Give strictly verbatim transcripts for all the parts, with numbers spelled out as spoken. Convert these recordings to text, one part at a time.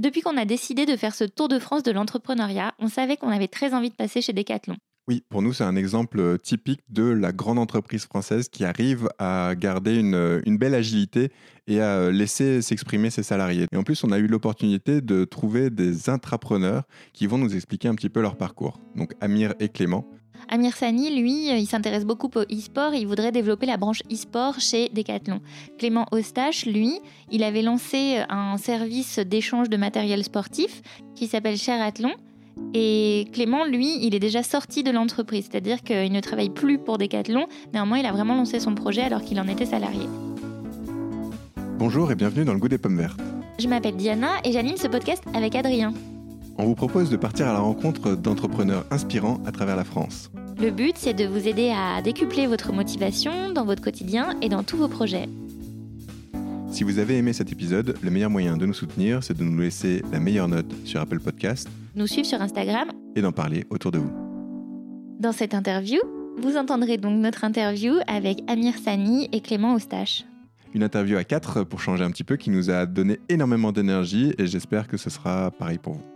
Depuis qu'on a décidé de faire ce tour de France de l'entrepreneuriat, on savait qu'on avait très envie de passer chez Decathlon. Oui, pour nous, c'est un exemple typique de la grande entreprise française qui arrive à garder une, une belle agilité et à laisser s'exprimer ses salariés. Et en plus, on a eu l'opportunité de trouver des intrapreneurs qui vont nous expliquer un petit peu leur parcours. Donc Amir et Clément. Amir Sani, lui, il s'intéresse beaucoup au e-sport et il voudrait développer la branche e-sport chez Decathlon. Clément Eustache, lui, il avait lancé un service d'échange de matériel sportif qui s'appelle Shareathlon. Et Clément, lui, il est déjà sorti de l'entreprise, c'est-à-dire qu'il ne travaille plus pour Decathlon. Néanmoins, il a vraiment lancé son projet alors qu'il en était salarié. Bonjour et bienvenue dans le goût des pommes vertes. Je m'appelle Diana et j'anime ce podcast avec Adrien. On vous propose de partir à la rencontre d'entrepreneurs inspirants à travers la France. Le but, c'est de vous aider à décupler votre motivation dans votre quotidien et dans tous vos projets. Si vous avez aimé cet épisode, le meilleur moyen de nous soutenir, c'est de nous laisser la meilleure note sur Apple Podcast, nous suivre sur Instagram et d'en parler autour de vous. Dans cette interview, vous entendrez donc notre interview avec Amir Sani et Clément Eustache. Une interview à quatre pour changer un petit peu qui nous a donné énormément d'énergie et j'espère que ce sera pareil pour vous.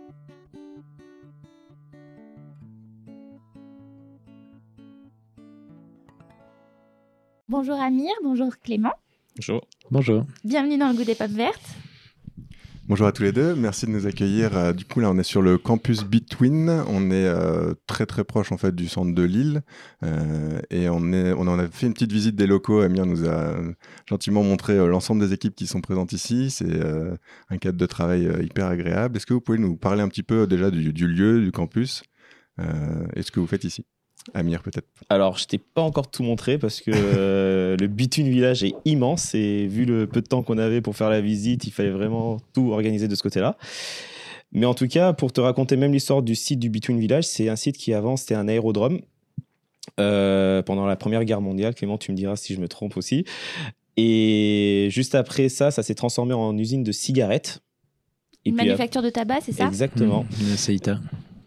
Bonjour Amir, bonjour Clément. Bonjour. Bonjour. Bienvenue dans le goût des pommes vertes. Bonjour à tous les deux, merci de nous accueillir. Euh, du coup, là, on est sur le campus Between. On est euh, très très proche en fait du centre de Lille euh, et on est, on en a fait une petite visite des locaux. Amir nous a gentiment montré euh, l'ensemble des équipes qui sont présentes ici. C'est euh, un cadre de travail euh, hyper agréable. Est-ce que vous pouvez nous parler un petit peu euh, déjà du, du lieu, du campus euh, et ce que vous faites ici? Amir, peut-être. Alors, je t'ai pas encore tout montré parce que euh, le Between Village est immense et vu le peu de temps qu'on avait pour faire la visite, il fallait vraiment tout organiser de ce côté-là. Mais en tout cas, pour te raconter même l'histoire du site du Between Village, c'est un site qui avant, c'était un aérodrome euh, pendant la Première Guerre mondiale. Clément, tu me diras si je me trompe aussi. Et juste après ça, ça s'est transformé en usine de cigarettes. Et Une puis, manufacture de tabac, c'est ça? Exactement. Mmh, la Seita.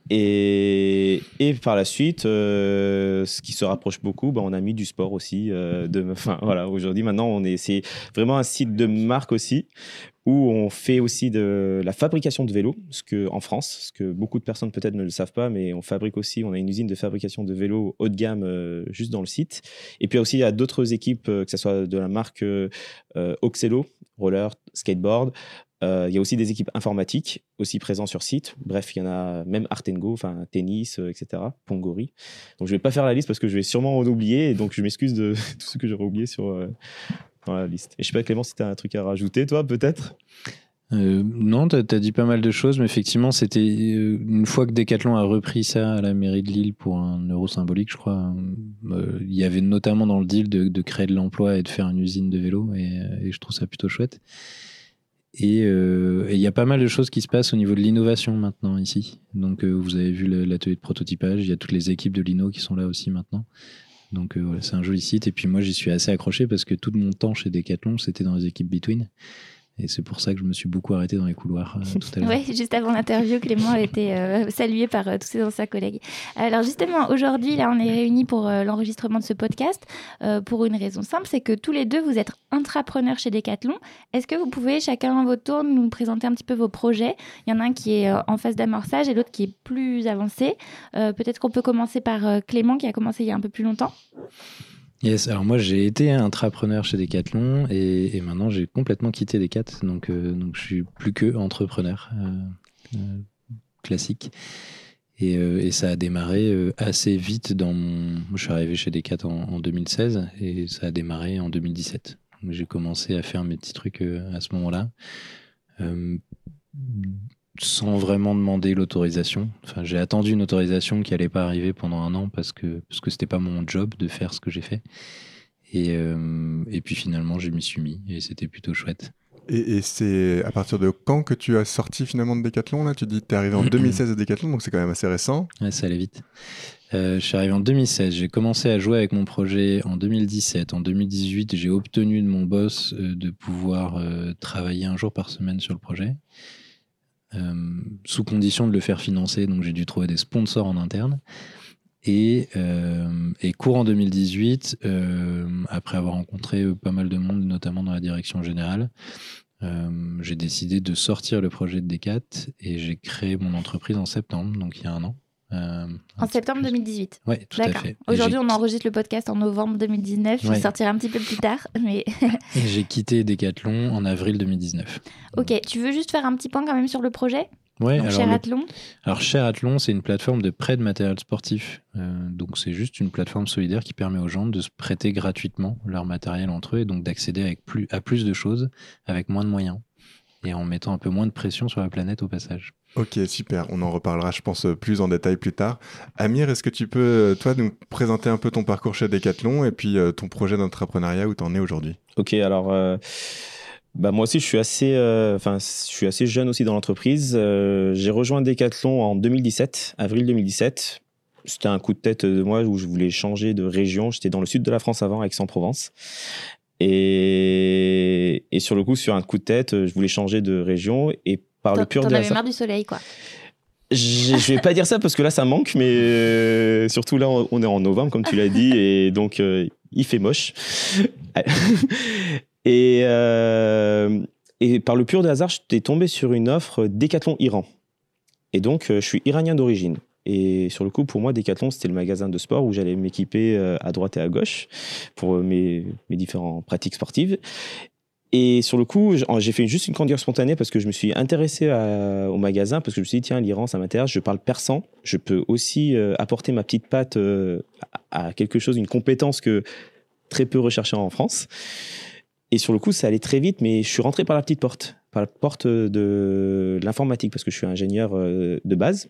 Et, et par la suite, euh, ce qui se rapproche beaucoup, bah, on a mis du sport aussi. Euh, de, enfin, voilà, aujourd'hui, maintenant, on est, c'est vraiment un site de marque aussi, où on fait aussi de la fabrication de vélos, ce que, en France, ce que beaucoup de personnes peut-être ne le savent pas, mais on fabrique aussi, on a une usine de fabrication de vélos haut de gamme euh, juste dans le site. Et puis aussi, il y a d'autres équipes, euh, que ce soit de la marque euh, Oxelo, roller, skateboard. Euh, il y a aussi des équipes informatiques aussi présentes sur site. Bref, il y en a même Artengo, enfin tennis, euh, et cetera. Pongori. Donc je vais pas faire la liste parce que je vais sûrement en oublier et donc je m'excuse de tout ce que j'aurais oublié sur euh, dans la liste. Et je sais pas Clément si tu as un truc à rajouter toi peut-être. Euh, non, tu as dit pas mal de choses, mais effectivement, c'était euh, une fois que Decathlon a repris ça à la mairie de Lille pour un euro symbolique, je crois. Euh, il y avait notamment dans le deal de, de créer de l'emploi et de faire une usine de vélo, et, et je trouve ça plutôt chouette. Et il euh, y a pas mal de choses qui se passent au niveau de l'innovation maintenant ici. Donc euh, vous avez vu l'atelier de prototypage, il y a toutes les équipes de l'Inno qui sont là aussi maintenant. Donc euh, voilà, c'est un joli site. Et puis moi j'y suis assez accroché parce que tout mon temps chez Decathlon c'était dans les équipes Between. Et c'est pour ça que je me suis beaucoup arrêté dans les couloirs euh, tout à l'heure. Oui, juste avant l'interview, Clément a été euh, salué par euh, tous ses anciens collègues. Alors justement, aujourd'hui, là, on est réunis pour euh, l'enregistrement de ce podcast euh, pour une raison simple, c'est que tous les deux, vous êtes intrapreneurs chez Decathlon. Est-ce que vous pouvez, chacun à votre tour, nous présenter un petit peu vos projets? Il y en a un qui est euh, en phase d'amorçage et l'autre qui est plus avancé. Euh, peut-être qu'on peut commencer par euh, Clément, qui a commencé il y a un peu plus longtemps. Yes, alors moi j'ai été intrapreneur chez Decathlon et, et maintenant j'ai complètement quitté Decathlon, donc, euh, donc je suis plus que entrepreneur euh, euh, classique. Et, euh, et ça a démarré euh, assez vite dans mon... Je suis arrivé chez Decathlon en, en deux mille seize et ça a démarré en deux mille dix-sept. Donc j'ai commencé à faire mes petits trucs euh, à ce moment-là. Euh, sans vraiment demander l'autorisation. Enfin, j'ai attendu une autorisation qui n'allait pas arriver pendant un an parce que parce que c'était pas mon job de faire ce que j'ai fait. Et, euh, et puis finalement, je m'y suis mis et c'était plutôt chouette. Et, et c'est à partir de quand que tu as sorti finalement de Decathlon là? Tu dis que tu es arrivé en deux mille seize à Decathlon, donc c'est quand même assez récent. Ouais, ça allait vite. Euh, je suis arrivé en deux mille seize. J'ai commencé à jouer avec mon projet en deux mille dix-sept. En deux mille dix-huit, j'ai obtenu de mon boss euh, de pouvoir euh, travailler un jour par semaine sur le projet. Euh, sous condition de le faire financer, donc j'ai dû trouver des sponsors en interne. Et, euh, et courant deux mille dix-huit, euh, après avoir rencontré pas mal de monde, notamment dans la direction générale, Euh, j'ai décidé de sortir le projet de Decat et j'ai créé mon entreprise en septembre, donc il y a un an. Euh, en septembre deux mille dix-huit. Oui, tout D'accord. à fait. Aujourd'hui, on enregistre le podcast en novembre deux mille dix-neuf. Ouais. Il sortira un petit peu plus tard. Mais... et j'ai quitté Decathlon en avril deux mille dix-neuf. Ok, tu veux juste faire un petit point quand même sur le projet ? Ouais, donc, alors Cher le... Athlon. Alors, Cher Athlon, c'est une plateforme de prêt de matériel sportif. Euh, donc, c'est juste une plateforme solidaire qui permet aux gens de se prêter gratuitement leur matériel entre eux et donc d'accéder avec plus, à plus de choses avec moins de moyens et en mettant un peu moins de pression sur la planète au passage. Ok, super. On en reparlera, je pense, plus en détail plus tard. Amir, est-ce que tu peux, toi, nous présenter un peu ton parcours chez Decathlon et puis euh, ton projet d'entrepreneuriat où tu en es aujourd'hui ? Ok, alors... Euh... Bah moi aussi je suis assez enfin euh, je suis assez jeune aussi dans l'entreprise. Euh, j'ai rejoint Decathlon en deux mille dix-sept, avril deux mille dix-sept. C'était un coup de tête de moi où je voulais changer de région. J'étais dans le sud de la France avant, Aix-en-Provence. Et et sur le coup, sur un coup de tête, je voulais changer de région et par T'en, le pur t'en de avais marre du soleil, quoi. Je, je vais pas dire ça parce que là ça manque, mais euh, surtout là on est en novembre comme tu l'as dit et donc euh, il fait moche. Et, euh, et par le pur de hasard, j'étais tombé sur une offre Decathlon Iran. Et donc, euh, je suis iranien d'origine. Et sur le coup, pour moi, Decathlon, c'était le magasin de sport où j'allais m'équiper euh, à droite et à gauche pour euh, mes, mes différentes pratiques sportives. Et sur le coup, j'ai fait juste une candidature spontanée parce que je me suis intéressé à, au magasin, parce que je me suis dit, tiens, l'Iran, ça m'intéresse, je parle persan, je peux aussi euh, apporter ma petite patte euh, à, à quelque chose, une compétence que très peu recherchée en France. Et sur le coup, ça allait très vite, mais je suis rentré par la petite porte, par la porte de l'informatique, parce que je suis ingénieur de base.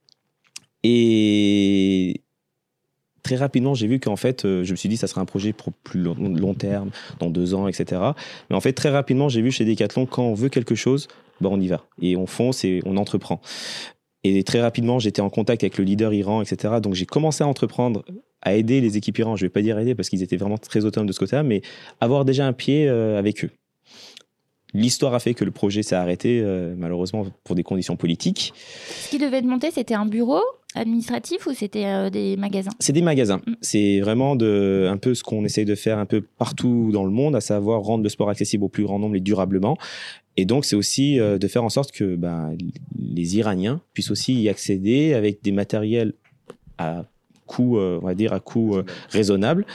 Et très rapidement, j'ai vu qu'en fait, je me suis dit, ça serait un projet pour plus long, long terme, dans deux ans, et cetera. Mais en fait, très rapidement, j'ai vu chez Decathlon, quand on veut quelque chose, bah on y va. Et on fonce et on entreprend. Et très rapidement, j'étais en contact avec le leader Iran, et cetera. Donc, j'ai commencé à entreprendre, à aider les équipes Iran. Je ne vais pas dire aider parce qu'ils étaient vraiment très autonomes de ce côté-là, mais avoir déjà un pied euh, avec eux. L'histoire a fait que le projet s'est arrêté, euh, malheureusement, pour des conditions politiques. Ce qui devait être monté, c'était un bureau administratif ou c'était euh, des magasins ? C'est des magasins. Mmh. C'est vraiment de, un peu ce qu'on essaye de faire un peu partout dans le monde, à savoir rendre le sport accessible au plus grand nombre et durablement. Et donc, c'est aussi euh, de faire en sorte que bah, les Iraniens puissent aussi y accéder avec des matériels à coût, euh, on va dire, à coût euh, raisonnable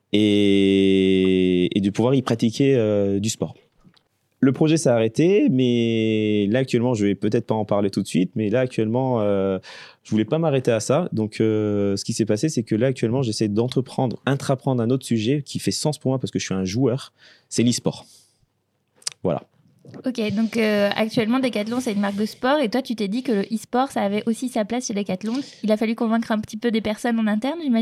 et, et de pouvoir y pratiquer euh, du sport. Le projet s'est arrêté, mais là, actuellement, je vais peut-être pas en parler tout de suite, mais là, actuellement, euh, je voulais pas m'arrêter à ça. Donc, euh, ce qui s'est passé, c'est que là, actuellement, j'essaie d'entreprendre, intraprendre un autre sujet qui fait sens pour moi parce que je suis un joueur, c'est l'e-sport. Voilà. Ok, donc euh, actuellement Decathlon c'est une marque de sport et toi tu t'es dit que le e-sport ça avait aussi sa place chez Decathlon. Il a fallu convaincre un petit peu des personnes en interne, j'imagine ?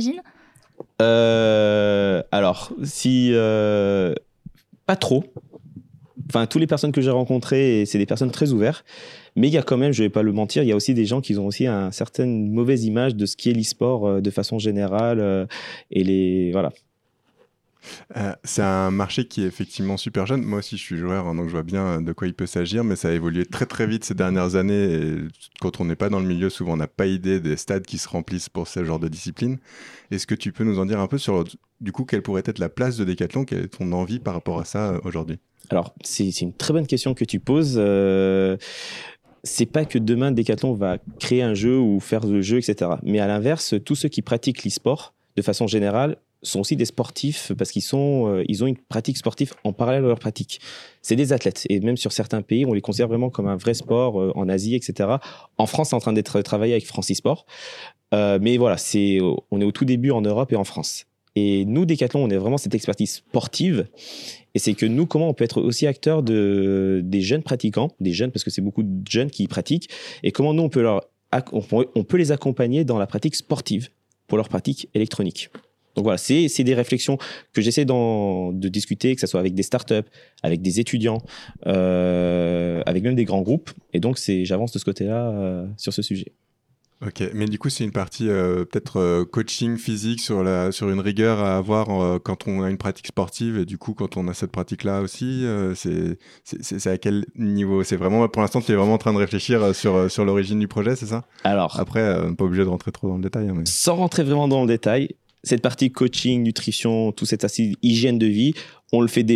euh, Alors, si... Euh, pas trop. Enfin, toutes les personnes que j'ai rencontrées, c'est des personnes très ouvertes. Mais il y a quand même, je ne vais pas le mentir, il y a aussi des gens qui ont aussi une certaine mauvaise image de ce qui est l'e-sport euh, de façon générale. Euh, et les... Voilà. Euh, c'est un marché qui est effectivement super jeune. Moi aussi, je suis joueur, hein, donc je vois bien de quoi il peut s'agir, mais ça a évolué très très vite ces dernières années. Et quand on n'est pas dans le milieu, souvent on n'a pas idée des stades qui se remplissent pour ce genre de discipline. Est-ce que tu peux nous en dire un peu sur, du coup, quelle pourrait être la place de Decathlon ? Quelle est ton envie par rapport à ça euh, aujourd'hui ? Alors, c'est, c'est une très bonne question que tu poses. Euh... C'est pas que demain Decathlon va créer un jeu ou faire le jeu, et cetera. Mais à l'inverse, tous ceux qui pratiquent l'e-sport, de façon générale, sont aussi des sportifs parce qu'ils sont, euh, ils ont une pratique sportive en parallèle de leur pratique. C'est des athlètes et même sur certains pays, on les considère vraiment comme un vrai sport euh, en Asie, et cetera. En France, c'est en train d'être travaillé avec Francisport, euh, mais voilà, c'est, on est au tout début en Europe et en France. Et nous, Decathlon, on a vraiment cette expertise sportive. Et c'est que nous, comment on peut être aussi acteurs de, des jeunes pratiquants, des jeunes, parce que c'est beaucoup de jeunes qui pratiquent, et comment nous, on peut, leur, on peut, on peut les accompagner dans la pratique sportive pour leur pratique électronique. Donc voilà, c'est, c'est des réflexions que j'essaie d'en, de discuter, que ce soit avec des startups, avec des étudiants, euh, avec même des grands groupes. Et donc, c'est, j'avance de ce côté-là euh, sur ce sujet. Ok, mais du coup, c'est une partie euh, peut-être euh, coaching physique sur, la, sur une rigueur à avoir euh, quand on a une pratique sportive et du coup, quand on a cette pratique-là aussi, euh, c'est, c'est, c'est, c'est à quel niveau ? C'est vraiment, pour l'instant, tu es vraiment en train de réfléchir sur, sur l'origine du projet, c'est ça ? Alors, après, euh, pas obligé de rentrer trop dans le détail. Hein, mais... Sans rentrer vraiment dans le détail, cette partie coaching, nutrition, toute cette aspect hygiène de vie, on le fait déjà.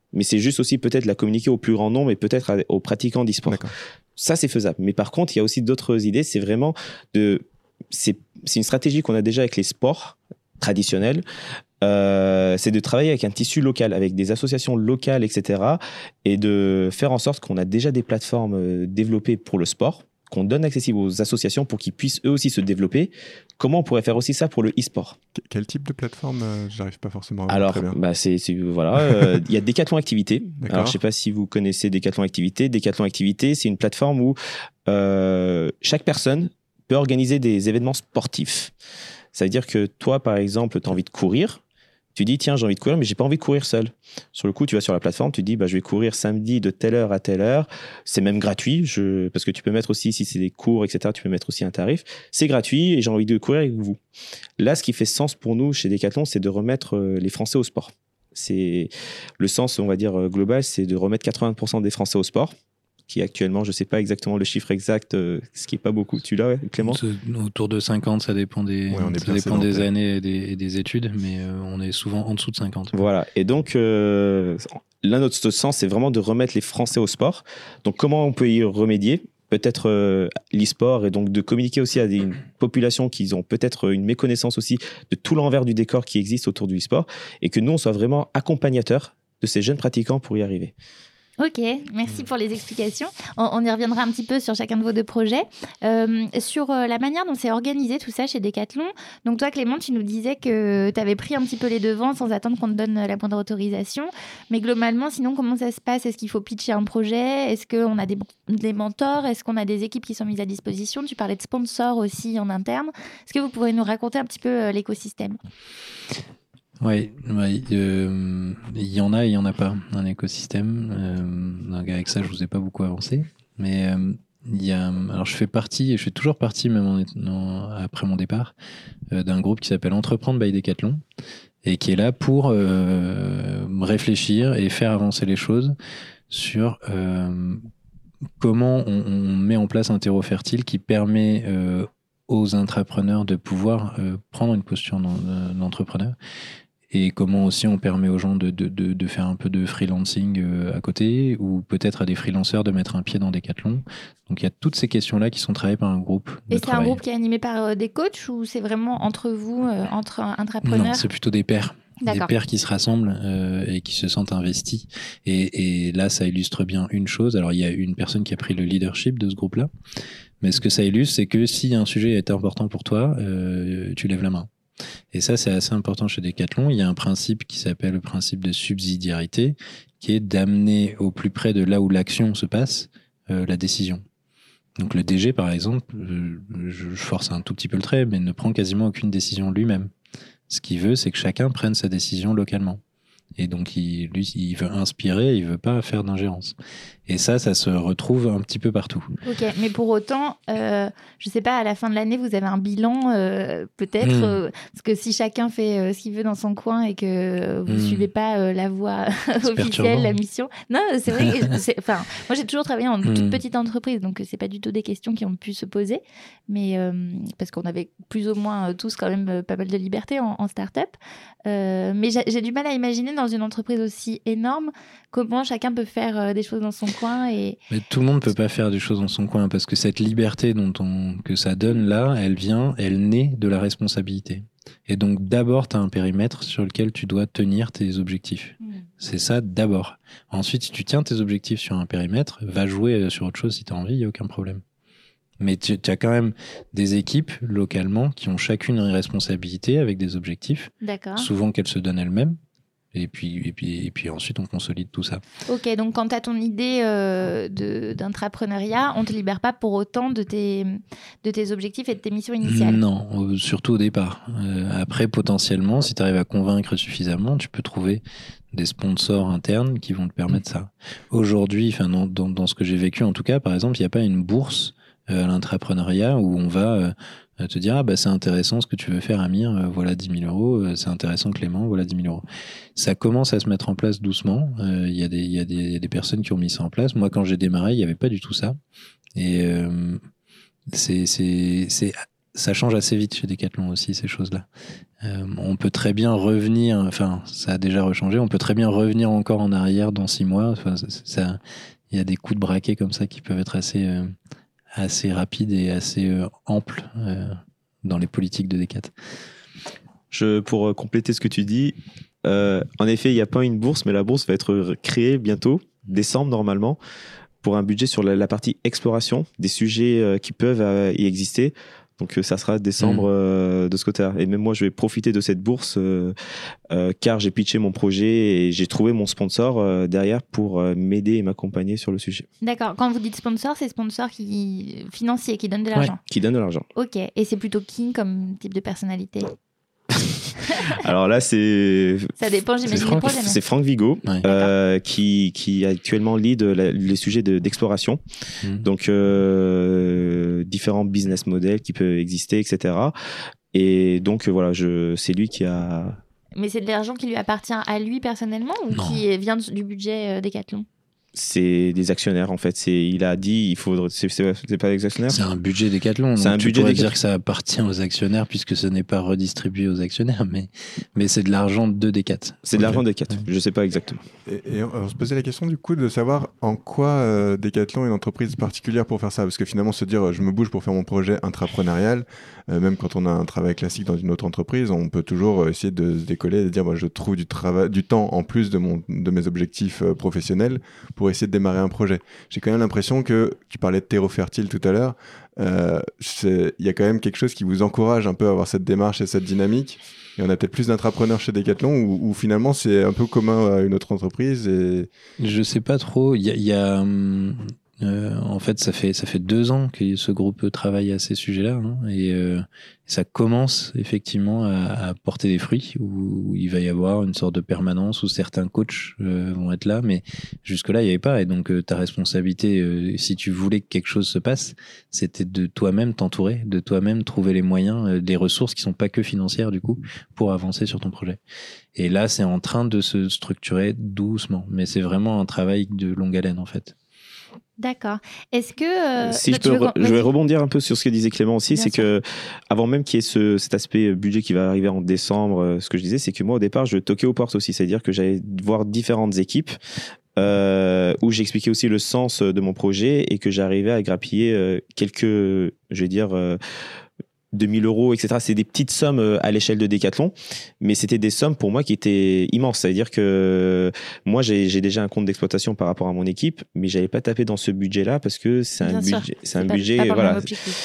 mais c'est juste aussi peut-être la communiquer au plus grand nombre et peut-être à, aux pratiquants d'e-sport. D'accord. Ça, c'est faisable. Mais par contre, il y a aussi d'autres idées. C'est vraiment de, c'est, c'est une stratégie qu'on a déjà avec les sports traditionnels. Euh, c'est de travailler avec un tissu local, avec des associations locales, et cetera, et de faire en sorte qu'on a déjà des plateformes développées pour le sport, qu'on donne accessible aux associations pour qu'ils puissent eux aussi se développer. Comment on pourrait faire aussi ça pour le e-sport ? Quel type de plateforme euh, j'arrive pas forcément à voir Alors, très bien. bah c'est, c'est voilà, euh, il y a Decathlon Activité. D'accord. Alors, je sais pas si vous connaissez Decathlon Activité. Decathlon Activité, c'est une plateforme où euh, chaque personne peut organiser des événements sportifs. Ça veut dire que toi, par exemple, tu as envie de courir. Tu dis, tiens, j'ai envie de courir, mais j'ai pas envie de courir seul. Sur le coup, tu vas sur la plateforme, tu dis, bah, je vais courir samedi de telle heure à telle heure. C'est même gratuit, je... parce que tu peux mettre aussi, si c'est des cours, et cetera, tu peux mettre aussi un tarif. C'est gratuit et j'ai envie de courir avec vous. Là, ce qui fait sens pour nous chez Decathlon, c'est de remettre les Français au sport. C'est le sens, on va dire, global, c'est de remettre quatre-vingts pour cent des Français au sport, qui actuellement, je sais pas exactement le chiffre exact, euh, ce qui est pas beaucoup. Tu l'as, ouais, Clément ? C'est autour de cinquante, ça dépend des, Ouais, on est ça bien dépend des sédentaire. années et des, et des études, mais euh, on est souvent en dessous de cinquante. Voilà. Et donc, euh, là, notre sens, c'est vraiment de remettre les Français au sport. Donc, comment on peut y remédier ? Peut-être euh, l'e-sport, et donc de communiquer aussi à des, une population qui ont peut-être une méconnaissance aussi de tout l'envers du décor qui existe autour du e-sport, et que nous, on soit vraiment accompagnateurs de ces jeunes pratiquants pour y arriver. Ok, merci pour les explications. On, on y reviendra un petit peu sur chacun de vos deux projets. Euh, sur euh, la manière dont c'est organisé tout ça chez Decathlon, donc toi Clément, tu nous disais que tu avais pris un petit peu les devants sans attendre qu'on te donne la moindre autorisation. Mais globalement, sinon, comment ça se passe ? Est-ce qu'il faut pitcher un projet ? Est-ce qu'on a des, des mentors ? Est-ce qu'on a des équipes qui sont mises à disposition ? Tu parlais de sponsors aussi en interne. Est-ce que vous pourriez nous raconter un petit peu euh, l'écosystème ? Oui, ouais, euh, il y en a et il n'y en a pas, un écosystème. Euh, donc avec ça, je ne vous ai pas beaucoup avancé. Mais euh, il y a, alors je fais partie, et je fais toujours partie, même en, en, après mon départ, euh, d'un groupe qui s'appelle Entreprendre by Decathlon, et qui est là pour euh, réfléchir et faire avancer les choses sur euh, comment on, on met en place un terreau fertile qui permet euh, aux intrapreneurs de pouvoir euh, prendre une posture d'entrepreneur. Et comment aussi on permet aux gens de, de, de, de faire un peu de freelancing euh, à côté, ou peut-être à des freelanceurs de mettre un pied dans Decathlon. Donc il y a toutes ces questions-là qui sont travaillées par un groupe de Et c'est travail. un groupe qui est animé par euh, des coachs, ou c'est vraiment entre vous, euh, entre intrapreneurs ? Non, c'est plutôt des pairs. D'accord. Des pairs qui se rassemblent euh, et qui se sentent investis. Et, et là, ça illustre bien une chose. Alors, il y a une personne qui a pris le leadership de ce groupe-là. Mais ce que ça illustre, c'est que si un sujet est important pour toi, euh, tu lèves la main. Et ça, c'est assez important chez Decathlon. Il y a un principe qui s'appelle le principe de subsidiarité, qui est d'amener au plus près de là où l'action se passe, euh, la décision. Donc le D G, par exemple, euh, je force un tout petit peu le trait, mais ne prend quasiment aucune décision lui-même. Ce qu'il veut, c'est que chacun prenne sa décision localement. Et donc, il, lui, il veut inspirer, il veut pas faire d'ingérence. Et ça, ça se retrouve un petit peu partout. Ok, mais pour autant, euh, je sais pas, à la fin de l'année, vous avez un bilan, euh, peut-être, Mmh. euh, parce que si chacun fait euh, ce qu'il veut dans son coin et que vous Mmh. suivez pas euh, la voie officielle, perturbant. la mission. Non, c'est vrai. que c'est- Enfin, moi, j'ai toujours travaillé en toute Mmh. petite entreprise, donc c'est pas du tout des questions qui ont pu se poser, mais euh, parce qu'on avait plus ou moins euh, tous quand même euh, pas mal de liberté en, en start-up. Euh, mais j'ai, j'ai du mal à imaginer dans une entreprise aussi énorme comment chacun peut faire euh, des choses dans son coin et Mais tout le monde peut pas faire des choses dans son coin, parce que cette liberté dont on, que ça donne là, elle vient, elle naît de la responsabilité. Et donc d'abord, tu as un périmètre sur lequel tu dois tenir tes objectifs. Mmh. C'est ça d'abord. Ensuite, si tu tiens tes objectifs sur un périmètre, va jouer sur autre chose si tu as envie, il n'y a aucun problème. Mais tu as quand même des équipes localement qui ont chacune une responsabilité avec des objectifs, D'accord. souvent qu'elles se donnent elles-mêmes. Et puis, et, puis, et puis ensuite, on consolide tout ça. Ok, donc quand tu as ton idée euh, de, d'intrapreneuriat, on ne te libère pas pour autant de tes, de tes objectifs et de tes missions initiales. Non, euh, surtout au départ. Euh, après, potentiellement, si tu arrives à convaincre suffisamment, tu peux trouver des sponsors internes qui vont te permettre ça. Aujourd'hui, enfin, dans, dans, dans ce que j'ai vécu en tout cas, par exemple, il n'y a pas une bourse euh, à l'intrapreneuriat où on va... Euh, te dire, ah bah c'est intéressant ce que tu veux faire, Amir, euh, voilà dix mille euros, euh, c'est intéressant Clément, voilà dix mille euros. Ça commence à se mettre en place doucement, il euh, y, y, y a des personnes qui ont mis ça en place. Moi, quand j'ai démarré, il n'y avait pas du tout ça. Et euh, c'est, c'est, c'est ça change assez vite chez Decathlon aussi, ces choses-là. Euh, on peut très bien revenir, enfin, ça a déjà rechangé, on peut très bien revenir encore en arrière dans six mois. Enfin, ça, ça, il y a des coups de braquet comme ça qui peuvent être assez, euh, assez rapides et assez euh, amples euh, dans les politiques de Decat. Je, pour compléter ce que tu dis, euh, en effet, il n'y a pas une bourse, mais la bourse va être créée bientôt, décembre normalement, pour un budget sur la, la partie exploration des sujets euh, qui peuvent euh, y exister. Donc euh, ça sera décembre mmh. euh, de ce côté-là. Et même moi, je vais profiter de cette bourse euh, euh, car j'ai pitché mon projet et j'ai trouvé mon sponsor euh, derrière pour euh, m'aider et m'accompagner sur le sujet. D'accord. Quand vous dites sponsor, c'est sponsor qui financier, qui donne de l'argent. Ouais, qui donne de l'argent. Ok. Et c'est plutôt qui comme type de personnalité? Alors là, c'est. Ça dépend, j'imagine. C'est Franck, projets, c'est Franck Vigo ouais. euh, qui, qui actuellement lead la, les sujets de, d'exploration. Mmh. Donc, euh, différents business models qui peuvent exister, et cetera. Et donc, voilà, je, c'est lui qui a. Mais c'est de l'argent qui lui appartient à lui personnellement ou non. Qui vient du budget euh, Decathlon? C'est des actionnaires en fait. C'est, il a dit, il faut. C'est, c'est, c'est pas des actionnaires. C'est un budget Decathlon. C'est un tu budget pourrais Decathlon. dire que ça appartient aux actionnaires puisque ce n'est pas redistribué aux actionnaires, mais mais c'est de l'argent de Decat. C'est de okay. l'argent de Decat. Ouais. Je sais pas exactement. Et, et on, on se posait la question du coup de savoir en quoi euh, Decathlon est une entreprise particulière pour faire ça, parce que finalement se dire je me bouge pour faire mon projet intrapreneurial, euh, même quand on a un travail classique dans une autre entreprise, on peut toujours essayer de se décoller et de dire moi je trouve du travail, du temps en plus de mon de mes objectifs euh, professionnels pour essayer de démarrer un projet. J'ai quand même l'impression que, tu parlais de terreau fertile tout à l'heure, euh, il y a quand même quelque chose qui vous encourage un peu à avoir cette démarche et cette dynamique. Et on a peut-être plus d'entrepreneurs chez Decathlon où, où finalement c'est un peu commun à une autre entreprise. Et... Je sais pas trop. Il y a, y a euh, en fait, ça fait ça fait deux ans que ce groupe travaille à ces sujets-là, hein, et euh, ça commence effectivement à, à porter des fruits. Où il va y avoir une sorte de permanence où certains coachs euh, vont être là, mais jusque-là il n'y avait pas. Et donc euh, ta responsabilité, euh, si tu voulais que quelque chose se passe, c'était de toi-même t'entourer, de toi-même trouver les moyens, euh, des ressources qui sont pas que financières du coup, pour avancer sur ton projet. Et là, c'est en train de se structurer doucement, mais c'est vraiment un travail de longue haleine en fait. D'accord. Est-ce que euh, si je peux, re- je vais rebondir un peu sur ce que disait Clément aussi, Bien c'est sûr. que avant même qu'il y ait ce, cet aspect budget qui va arriver en décembre, ce que je disais, c'est que moi au départ je toquais aux portes aussi, c'est-à-dire que j'allais voir différentes équipes euh, où j'expliquais aussi le sens de mon projet et que j'arrivais à grappiller euh, quelques, je vais dire. Euh, deux mille euros, et cetera. C'est des petites sommes à l'échelle de Decathlon, mais c'était des sommes pour moi qui étaient immenses. C'est-à-dire que moi, j'ai, j'ai déjà un compte d'exploitation par rapport à mon équipe, mais j'avais pas tapé dans ce budget-là parce que c'est un Bien budget, sûr. c'est un pas, budget, pas voilà.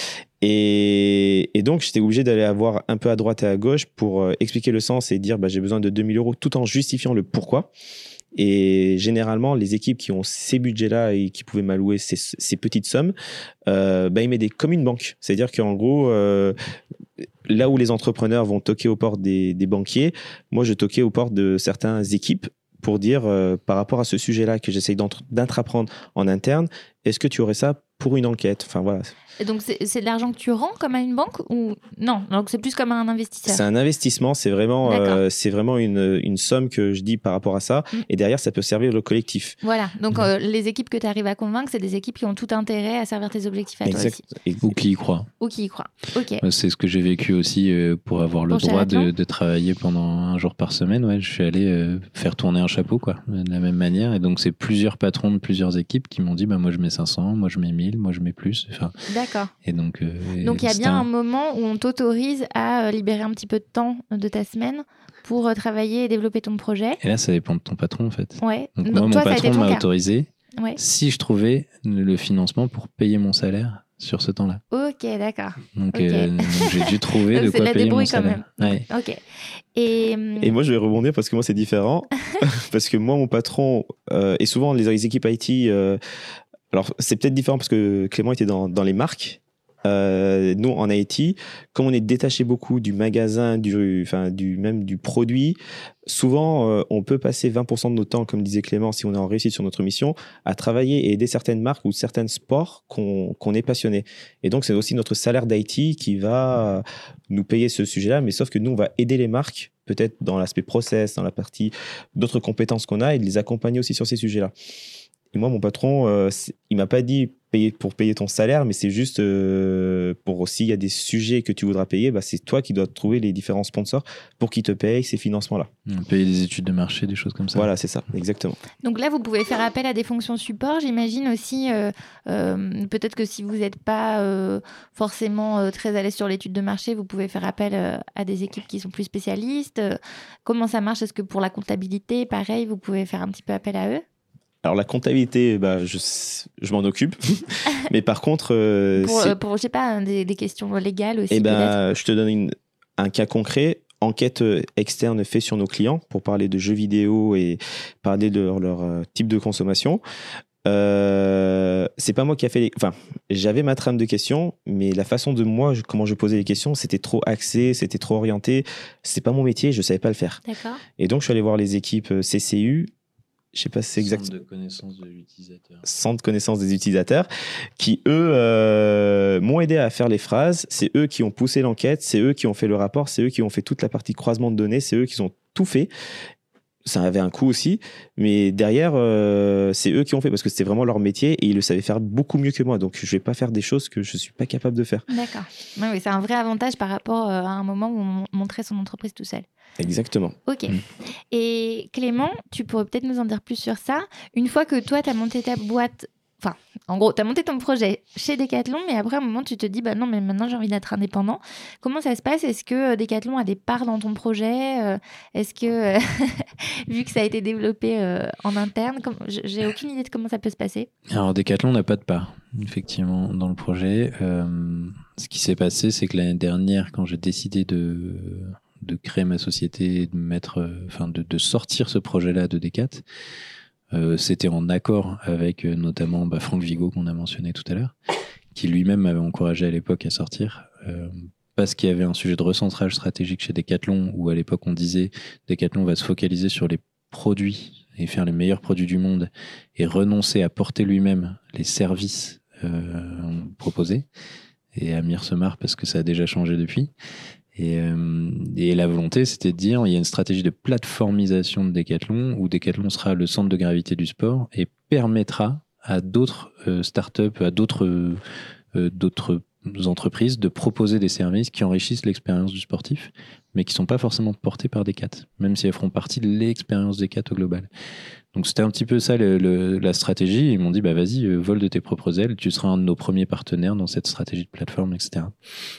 Et, et donc, j'étais obligé d'aller avoir un peu à droite et à gauche pour expliquer le sens et dire, bah, j'ai besoin de deux mille euros tout en justifiant le pourquoi. Et généralement, les équipes qui ont ces budgets-là et qui pouvaient m'allouer ces, ces petites sommes, euh, bah, ils m'aidaient comme une banque. C'est-à-dire qu'en gros, euh, là où les entrepreneurs vont toquer aux portes des, des banquiers, moi, je toquais aux portes de certaines équipes pour dire, euh, par rapport à ce sujet-là que j'essaye d'intraprendre en interne, est-ce que tu aurais ça pour une enquête? Enfin, voilà. Et donc, c'est, c'est de l'argent que tu rends comme à une banque ou non? Donc, c'est plus comme un investisseur. C'est un investissement, c'est vraiment, euh, c'est vraiment une, une somme que je dis par rapport à ça. Mmh. Et derrière, ça peut servir le collectif. Voilà. Donc, mmh. euh, les équipes que tu arrives à convaincre, c'est des équipes qui ont tout intérêt à servir tes objectifs à exact. toi aussi. Ou qui y croient. Ou qui y croient. Ok. C'est ce que j'ai vécu aussi euh, pour avoir le pour droit de, de travailler pendant un jour par semaine. Ouais, je suis allé euh, faire tourner un chapeau, quoi, de la même manière. Et donc, c'est plusieurs patrons de plusieurs équipes qui m'ont dit, bah, moi, je mets cinq cents, moi, je mets mille, moi, je mets plus. Enfin, D'accord. Et donc, euh, donc il y a bien un... un moment où on t'autorise à libérer un petit peu de temps de ta semaine pour travailler et développer ton projet. Et là, ça dépend de ton patron, en fait. Ouais. Donc, donc moi, toi, mon patron m'a cas. autorisé ouais. si je trouvais le financement pour payer mon salaire sur ce temps-là. Ok, d'accord. Donc, okay. euh, donc j'ai dû trouver de quoi payer mon salaire. C'est la débrouille quand même. Ouais. Ok. Et... et moi, je vais rebondir parce que moi, c'est différent. Parce que moi, mon patron, euh, et souvent, les, les équipes I T... Euh, alors, c'est peut-être différent parce que Clément était dans, dans les marques. Euh, nous, en I T, comme on est détaché beaucoup du magasin, du, enfin, du, même du produit, souvent, euh, on peut passer vingt pour cent de notre temps, comme disait Clément, si on est en réussite sur notre mission, à travailler et aider certaines marques ou certains sports qu'on, qu'on est passionné. Et donc, c'est aussi notre salaire d'I T qui va nous payer ce sujet-là, mais sauf que nous, on va aider les marques, peut-être dans l'aspect process, dans la partie d'autres compétences qu'on a, et de les accompagner aussi sur ces sujets-là. Et moi, mon patron, euh, il m'a pas dit payer pour payer ton salaire, mais c'est juste euh, pour aussi, il y a des sujets que tu voudras payer, bah, c'est toi qui dois trouver les différents sponsors pour qu'ils te payent ces financements-là. Payer des études de marché, des choses comme ça. Voilà, c'est ça, exactement. Donc là, vous pouvez faire appel à des fonctions support. J'imagine aussi, euh, euh, peut-être que si vous n'êtes pas euh, forcément euh, très à l'aise sur l'étude de marché, vous pouvez faire appel euh, à des équipes qui sont plus spécialistes. Euh, comment ça marche? Est-ce que pour la comptabilité, pareil, vous pouvez faire un petit peu appel à eux? Alors la comptabilité, bah, je, je m'en occupe, mais par contre... Euh, pour, euh, pour, je sais pas, des, des questions légales aussi, eh ben, peut-être. Je te donne une, un cas concret. Enquête externe faite sur nos clients pour parler de jeux vidéo et parler de leur, leur euh, type de consommation. Euh, c'est pas moi qui a fait les... Enfin, j'avais ma trame de questions, mais la façon de moi, je, comment je posais les questions, c'était trop axé, c'était trop orienté. C'est pas mon métier, je savais pas le faire. D'accord. Et donc, je suis allé voir les équipes C C U. Je sais pas si c'est exact. Centre de connaissance de l'utilisateur. Centre de connaissance des utilisateurs, qui eux euh, m'ont aidé à faire les phrases. C'est eux qui ont poussé l'enquête, c'est eux qui ont fait le rapport, c'est eux qui ont fait toute la partie croisement de données, c'est eux qui ont tout fait. Ça avait un coût aussi, mais derrière, euh, c'est eux qui ont fait parce que c'était vraiment leur métier et ils le savaient faire beaucoup mieux que moi. Donc, je vais pas faire des choses que je suis pas capable de faire. D'accord. Oui, oui, c'est un vrai avantage par rapport à un moment où on montrait son entreprise tout seul. Exactement. Ok. Mmh. Et Clément, tu pourrais peut-être nous en dire plus sur ça. Une fois que toi, tu as monté ta boîte, enfin, en gros, tu as monté ton projet chez Decathlon, mais après, à un moment, tu te dis, bah non, mais maintenant, j'ai envie d'être indépendant. Comment ça se passe? Est-ce que Decathlon a des parts dans ton projet? Est-ce que, vu que ça a été développé euh, en interne, comme... j'ai aucune idée de comment ça peut se passer. Alors, Decathlon n'a pas de part, effectivement, dans le projet. Euh, ce qui s'est passé, c'est que l'année dernière, quand j'ai décidé de... de créer ma société, de mettre, enfin, de, de sortir ce projet-là de Decat. Euh, c'était en accord avec euh, notamment bah, Franck Vigo qu'on a mentionné tout à l'heure, qui lui-même m'avait encouragé à l'époque à sortir, euh, parce qu'il y avait un sujet de recentrage stratégique chez Decathlon, où à l'époque on disait Decathlon va se focaliser sur les produits et faire les meilleurs produits du monde et renoncer à porter lui-même les services euh, proposés. Et Amir se marre parce que ça a déjà changé depuis. Et, euh, et la volonté, c'était de dire, il y a une stratégie de plateformisation de Decathlon, où Decathlon sera le centre de gravité du sport et permettra à d'autres euh, startups, à d'autres, euh, d'autres entreprises de proposer des services qui enrichissent l'expérience du sportif, mais qui ne sont pas forcément portés par Decat, même si elles feront partie de l'expérience Decat au global. Donc c'était un petit peu ça le, le, la stratégie. Ils m'ont dit, bah vas-y, euh, vole de tes propres ailes, tu seras un de nos premiers partenaires dans cette stratégie de plateforme, et cetera.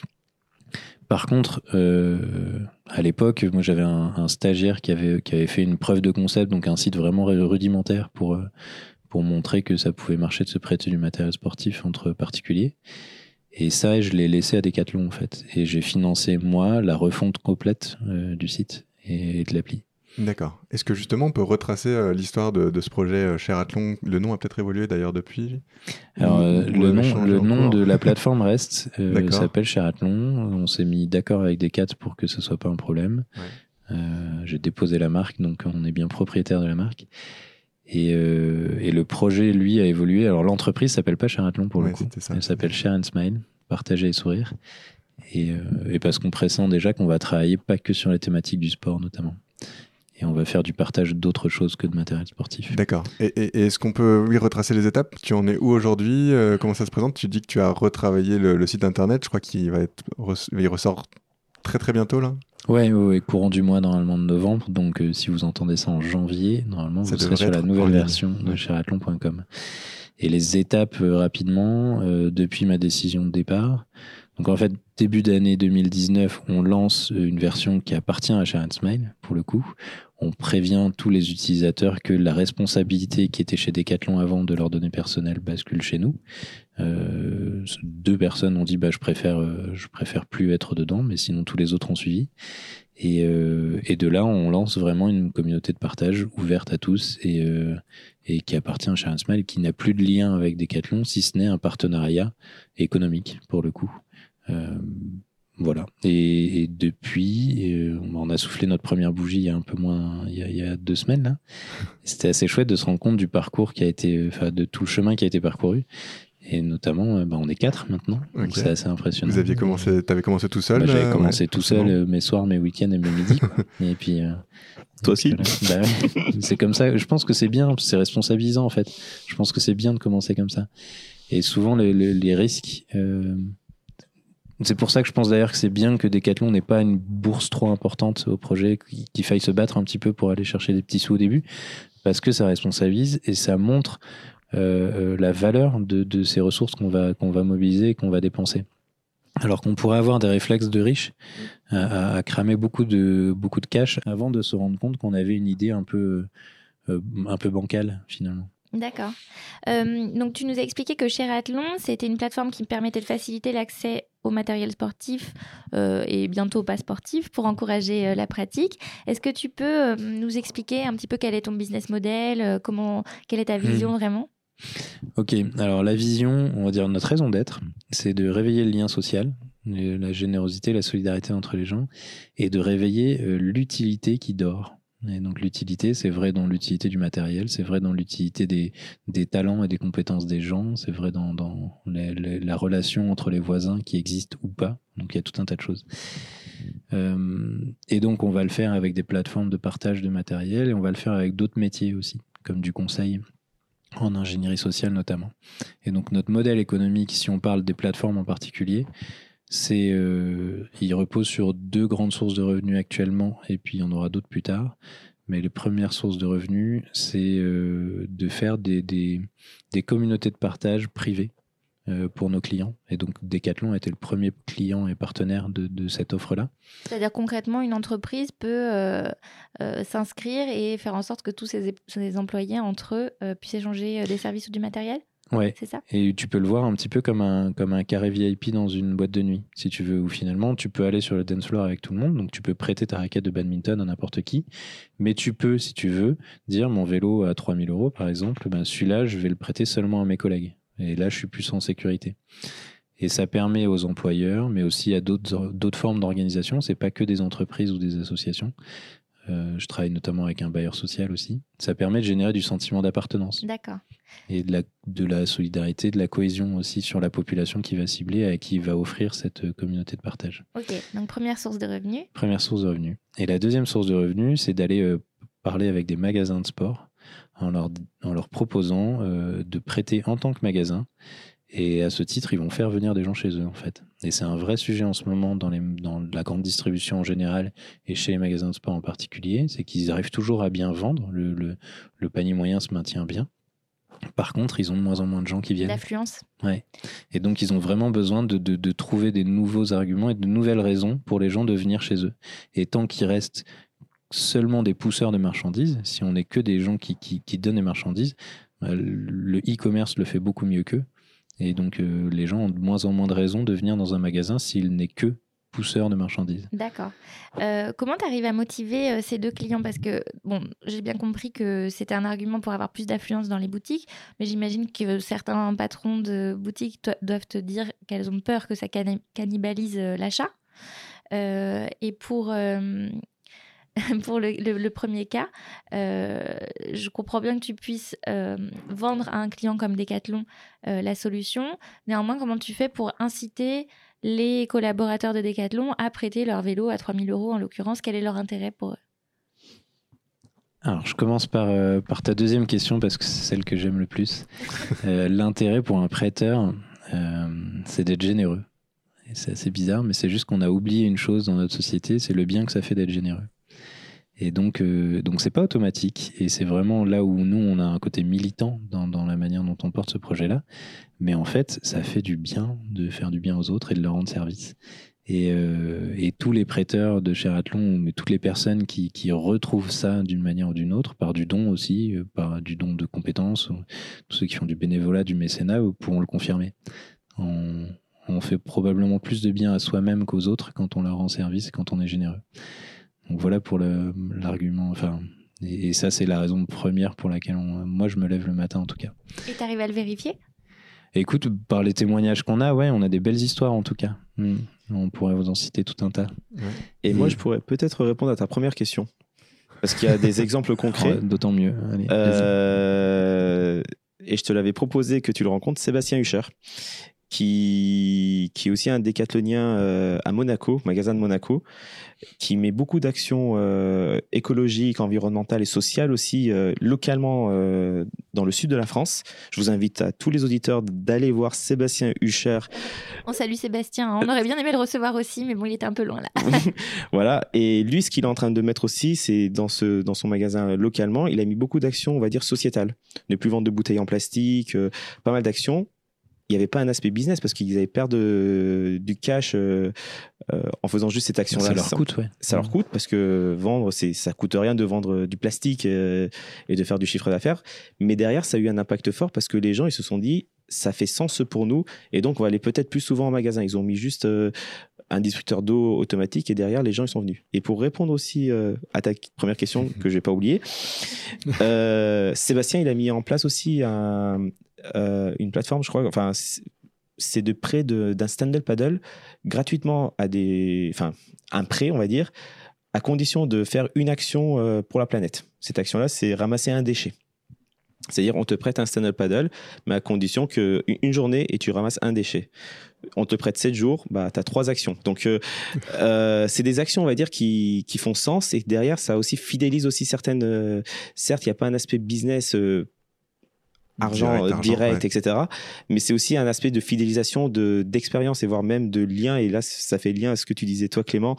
Par contre, euh, à l'époque, moi j'avais un, un stagiaire qui avait, qui avait fait une preuve de concept, donc un site vraiment rudimentaire pour, pour montrer que ça pouvait marcher de se prêter du matériel sportif entre particuliers. Et ça, je l'ai laissé à Decathlon en fait. Et j'ai financé moi la refonte complète euh, du site et de l'appli. D'accord. Est-ce que justement on peut retracer euh, l'histoire de, de ce projet euh, chez Athlon? Le nom a peut-être évolué d'ailleurs depuis. Alors euh, le nom, le nom de la plateforme reste, euh, s'appelle Sheratlon. On s'est mis d'accord avec Decat pour que ce soit pas un problème. Ouais. Euh, j'ai déposé la marque, donc on est bien propriétaire de la marque. Et, euh, et le projet, lui, a évolué. Alors l'entreprise s'appelle pas Sheratlon pour ouais, le coup. Ça. Elle s'appelle Share and Smile, partager et sourire. Et, euh, et parce qu'on pressent déjà qu'on va travailler pas que sur les thématiques du sport notamment. Et on va faire du partage d'autres choses que de matériel sportif. D'accord. Et, et, et est-ce qu'on peut oui, retracer les étapes? Tu en es où aujourd'hui? euh, Comment ça se présente? Tu dis que tu as retravaillé le, le site internet. Je crois qu'il va être, il ressort très très bientôt là. Ouais, ouais, ouais, courant du mois normalement de novembre. Donc euh, si vous entendez ça en janvier, normalement ça vous serez sur la nouvelle version de sheratlon point com. Et les étapes euh, rapidement, euh, depuis ma décision de départ. Donc en fait, début d'année deux mille dix-neuf, on lance une version qui appartient à Share and Smile, pour le coup. On prévient tous les utilisateurs que la responsabilité qui était chez Decathlon avant de leurs données personnelles bascule chez nous. Euh, deux personnes ont dit bah, je préfère, euh, je préfère plus être dedans, mais sinon tous les autres ont suivi. Et, euh, et de là, on lance vraiment une communauté de partage ouverte à tous et, euh, et qui appartient à Share and Smile, qui n'a plus de lien avec Decathlon, si ce n'est un partenariat économique, pour le coup. Euh, voilà. Et, et depuis, euh, on a soufflé notre première bougie il y a un peu moins, il y a, il y a deux semaines là. C'était assez chouette de se rendre compte du parcours qui a été, enfin de tout le chemin qui a été parcouru. Et notamment, euh, bah, on est quatre maintenant, donc Ok. c'est assez impressionnant. Vous aviez commencé, t'avais commencé tout seul Bah, J'avais euh, commencé ouais, tout seul, forcément. euh, mes soirs, mes week-ends et mes midis. Quoi. Et puis, euh, Toi aussi voilà. Bah ouais. C'est comme ça. Je pense que c'est bien, c'est responsabilisant en fait. Je pense que c'est bien de commencer comme ça. Et souvent, les, les, les risques. Euh, c'est pour ça que je pense d'ailleurs que c'est bien que Decathlon n'ait pas une bourse trop importante au projet, qu'il faille se battre un petit peu pour aller chercher des petits sous au début, parce que ça responsabilise et ça montre euh, la valeur de, de ces ressources qu'on va, qu'on va mobiliser et qu'on va dépenser. Alors qu'on pourrait avoir des réflexes de riches à, à, à cramer beaucoup de, beaucoup de cash avant de se rendre compte qu'on avait une idée un peu, euh, un peu bancale finalement. D'accord. Euh, donc, tu nous as expliqué que Sheraton, c'était une plateforme qui permettait de faciliter l'accès au matériel sportif euh, et bientôt au pas sportif pour encourager euh, la pratique. Est-ce que tu peux euh, nous expliquer un petit peu quel est ton business model, euh, comment, quelle est ta vision mmh. vraiment ? Ok, alors la vision, on va dire notre raison d'être, c'est de réveiller le lien social, la générosité, la solidarité entre les gens, et de réveiller euh, l'utilité qui dort. Et donc l'utilité, c'est vrai dans l'utilité du matériel, c'est vrai dans l'utilité des, des talents et des compétences des gens, c'est vrai dans, dans les, les, la relation entre les voisins qui existe ou pas. Donc il y a tout un tas de choses. Euh, et donc on va le faire avec des plateformes de partage de matériel et on va le faire avec d'autres métiers aussi, comme du conseil en ingénierie sociale notamment. Et donc notre modèle économique, si on parle des plateformes en particulier, c'est, euh, il repose sur deux grandes sources de revenus actuellement, et puis il y en aura d'autres plus tard. Mais les premières sources de revenus, c'est euh, de faire des, des, des communautés de partage privées euh, pour nos clients. Et donc Decathlon était le premier client et partenaire de, de cette offre-là. C'est-à-dire concrètement, une entreprise peut euh, euh, s'inscrire et faire en sorte que tous ses, ses employés entre eux euh, puissent échanger des services ou du matériel ? Ouais, c'est ça. Et tu peux le voir un petit peu comme un, comme un carré V I P dans une boîte de nuit, si tu veux, où finalement tu peux aller sur le dance floor avec tout le monde, donc tu peux prêter ta raquette de badminton à n'importe qui, mais tu peux, si tu veux, dire mon vélo à trois mille euros par exemple, ben celui-là je vais le prêter seulement à mes collègues, et là je suis plus en sécurité. Et ça permet aux employeurs, mais aussi à d'autres, d'autres formes d'organisation, c'est pas que des entreprises ou des associations. Euh, je travaille notamment avec un bailleur social aussi. Ça permet de générer du sentiment d'appartenance. D'accord. Et de la, de la solidarité, de la cohésion aussi sur la population qui va cibler, à qui va offrir cette communauté de partage. Ok, donc première source de revenus. Première source de revenus. Et la deuxième source de revenus, c'est d'aller euh, parler avec des magasins de sport en leur, en leur proposant euh, de prêter en tant que magasin. Et à ce titre, ils vont faire venir des gens chez eux, en fait. Et c'est un vrai sujet en ce moment dans, les, dans la grande distribution en général et chez les magasins de sport en particulier, c'est qu'ils arrivent toujours à bien vendre. Le, le, le panier moyen se maintient bien. Par contre, ils ont de moins en moins de gens qui viennent. L'affluence. Ouais. Et donc, ils ont vraiment besoin de, de, de trouver des nouveaux arguments et de nouvelles raisons pour les gens de venir chez eux. Et tant qu'il reste seulement des pousseurs de marchandises, si on n'est que des gens qui, qui, qui donnent des marchandises, le e-commerce le fait beaucoup mieux qu'eux. Et donc, euh, les gens ont de moins en moins de raisons de venir dans un magasin s'il n'est que pousseur de marchandises. D'accord. Euh, comment tu arrives à motiver euh, ces deux clients ? Parce que, bon, j'ai bien compris que c'était un argument pour avoir plus d'affluence dans les boutiques, mais j'imagine que certains patrons de boutiques to- doivent te dire qu'elles ont peur que ça can- cannibalise euh, l'achat. Euh, et pour... Euh, Pour le, le, le premier cas, euh, je comprends bien que tu puisses euh, vendre à un client comme Decathlon euh, la solution. Néanmoins, comment tu fais pour inciter les collaborateurs de Decathlon à prêter leur vélo à trois mille euros en l'occurrence ? Quel est leur intérêt pour eux ? Alors, je commence par, euh, par ta deuxième question parce que c'est celle que j'aime le plus. euh, l'intérêt pour un prêteur, euh, c'est d'être généreux. Et c'est assez bizarre, mais c'est juste qu'on a oublié une chose dans notre société, c'est le bien que ça fait d'être généreux. Et donc, euh, donc c'est pas automatique. Et c'est vraiment là où nous, on a un côté militant dans, dans la manière dont on porte ce projet-là. Mais en fait, ça fait du bien de faire du bien aux autres et de leur rendre service. Et, euh, et tous les prêteurs de Sheraton, mais toutes les personnes qui, qui retrouvent ça d'une manière ou d'une autre, par du don aussi, par du don de compétences, tous ceux qui font du bénévolat, du mécénat, pourront le confirmer. On, on fait probablement plus de bien à soi-même qu'aux autres quand on leur rend service et quand on est généreux. Donc voilà pour le, l'argument. Enfin, et, et ça, c'est la raison première pour laquelle on, moi, je me lève le matin, en tout cas. Et tu arrives à le vérifier ? Écoute, par les témoignages qu'on a, ouais, on a des belles histoires, en tout cas. Mmh. On pourrait vous en citer tout un tas. Ouais. Et, et moi, je pourrais peut-être répondre à ta première question. Parce qu'il y a des exemples concrets. Oh, d'autant mieux. Allez, euh, et je te l'avais proposé que tu le rencontres, Sébastien Hucher, qui, qui est aussi un décathlonien euh, à Monaco, magasin de Monaco, qui met beaucoup d'actions euh, écologiques, environnementales et sociales aussi euh, localement euh, dans le sud de la France. Je vous invite à tous les auditeurs d'aller voir Sébastien Hucher. On salue Sébastien, on aurait bien aimé le recevoir aussi, mais bon, il était un peu loin là. Voilà, et lui, ce qu'il est en train de mettre aussi, c'est dans, ce, dans son magasin localement, il a mis beaucoup d'actions, on va dire, sociétales. Ne plus vendre de bouteilles en plastique, euh, pas mal d'actions. Il n'y avait pas un aspect business parce qu'ils avaient peur de, du cash euh, euh, en faisant juste cette action-là. Ça leur coûte, ouais. Ça leur coûte parce que vendre, c'est, ça coûte rien de vendre du plastique euh, et de faire du chiffre d'affaires. Mais derrière, ça a eu un impact fort parce que les gens, ils se sont dit, ça fait sens pour nous et donc on va aller peut-être plus souvent en magasin. Ils ont mis juste euh, un distributeur d'eau automatique et derrière, les gens, ils sont venus. Et pour répondre aussi euh, à ta première question que je n'ai pas oubliée, euh, Sébastien, il a mis en place aussi un... Euh, une plateforme, je crois, enfin, c'est de prêt de, d'un stand-up paddle gratuitement à des, enfin, un prêt, on va dire, à condition de faire une action euh, pour la planète. Cette action-là, c'est ramasser un déchet. C'est-à-dire, on te prête un stand-up paddle, mais à condition qu'une une journée et tu ramasses un déchet. On te prête sept jours, bah, tu as trois actions. Donc, euh, euh, c'est des actions, on va dire, qui, qui font sens et derrière, ça aussi fidélise aussi certaines. Euh, certes, il n'y a pas un aspect business. Euh, argent direct, argent, direct ouais. et cetera. Mais c'est aussi un aspect de fidélisation, de, d'expérience et voire même de lien. Et là, ça fait lien à ce que tu disais, toi, Clément,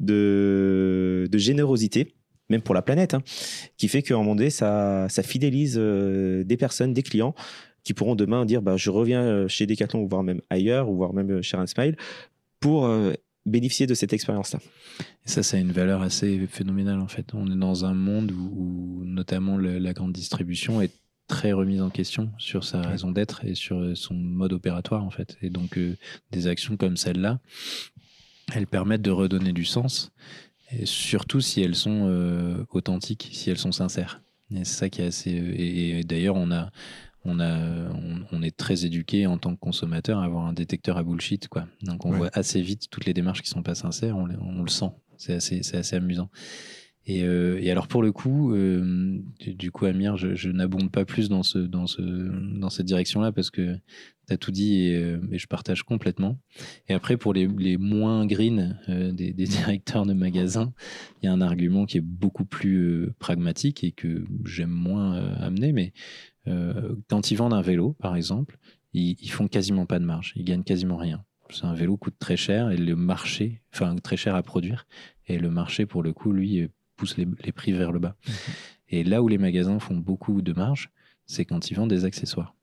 de, de générosité, même pour la planète, hein, qui fait qu'à un moment donné, ça, ça fidélise euh, des personnes, des clients qui pourront demain dire bah, je reviens chez Decathlon ou voire même ailleurs ou voire même chez Randsmile pour euh, bénéficier de cette expérience-là. Et ça, ça a une valeur assez phénoménale en fait. On est dans un monde où, où notamment le, la grande distribution est très remise en question sur sa raison d'être et sur son mode opératoire en fait. Et donc euh, des actions comme celle-là, elles permettent de redonner du sens, et surtout si elles sont euh, authentiques, si elles sont sincères. Et c'est ça qui est assez. Et, et d'ailleurs, on a, on a, on, on est très éduqué en tant que consommateur à avoir un détecteur à bullshit, quoi. Donc on ouais. voit assez vite toutes les démarches qui sont pas sincères, on, on le sent. C'est assez, c'est assez amusant. Et, euh, et alors pour le coup, euh, du, du coup Amir, je, je n'abonde pas plus dans ce, dans ce, dans cette direction-là parce que t'as tout dit et, euh, et je partage complètement. Et après pour les, les moins green euh, des, des directeurs de magasins, il y a un argument qui est beaucoup plus euh, pragmatique et que j'aime moins euh, amener. Mais euh, quand ils vendent un vélo, par exemple, ils, ils font quasiment pas de marge, ils gagnent quasiment rien. C'est un vélo coûte très cher et le marché, enfin très cher à produire, et le marché pour le coup, lui pousse les, les prix vers le bas. Mmh. Et là où les magasins font beaucoup de marge, c'est quand ils vendent des accessoires.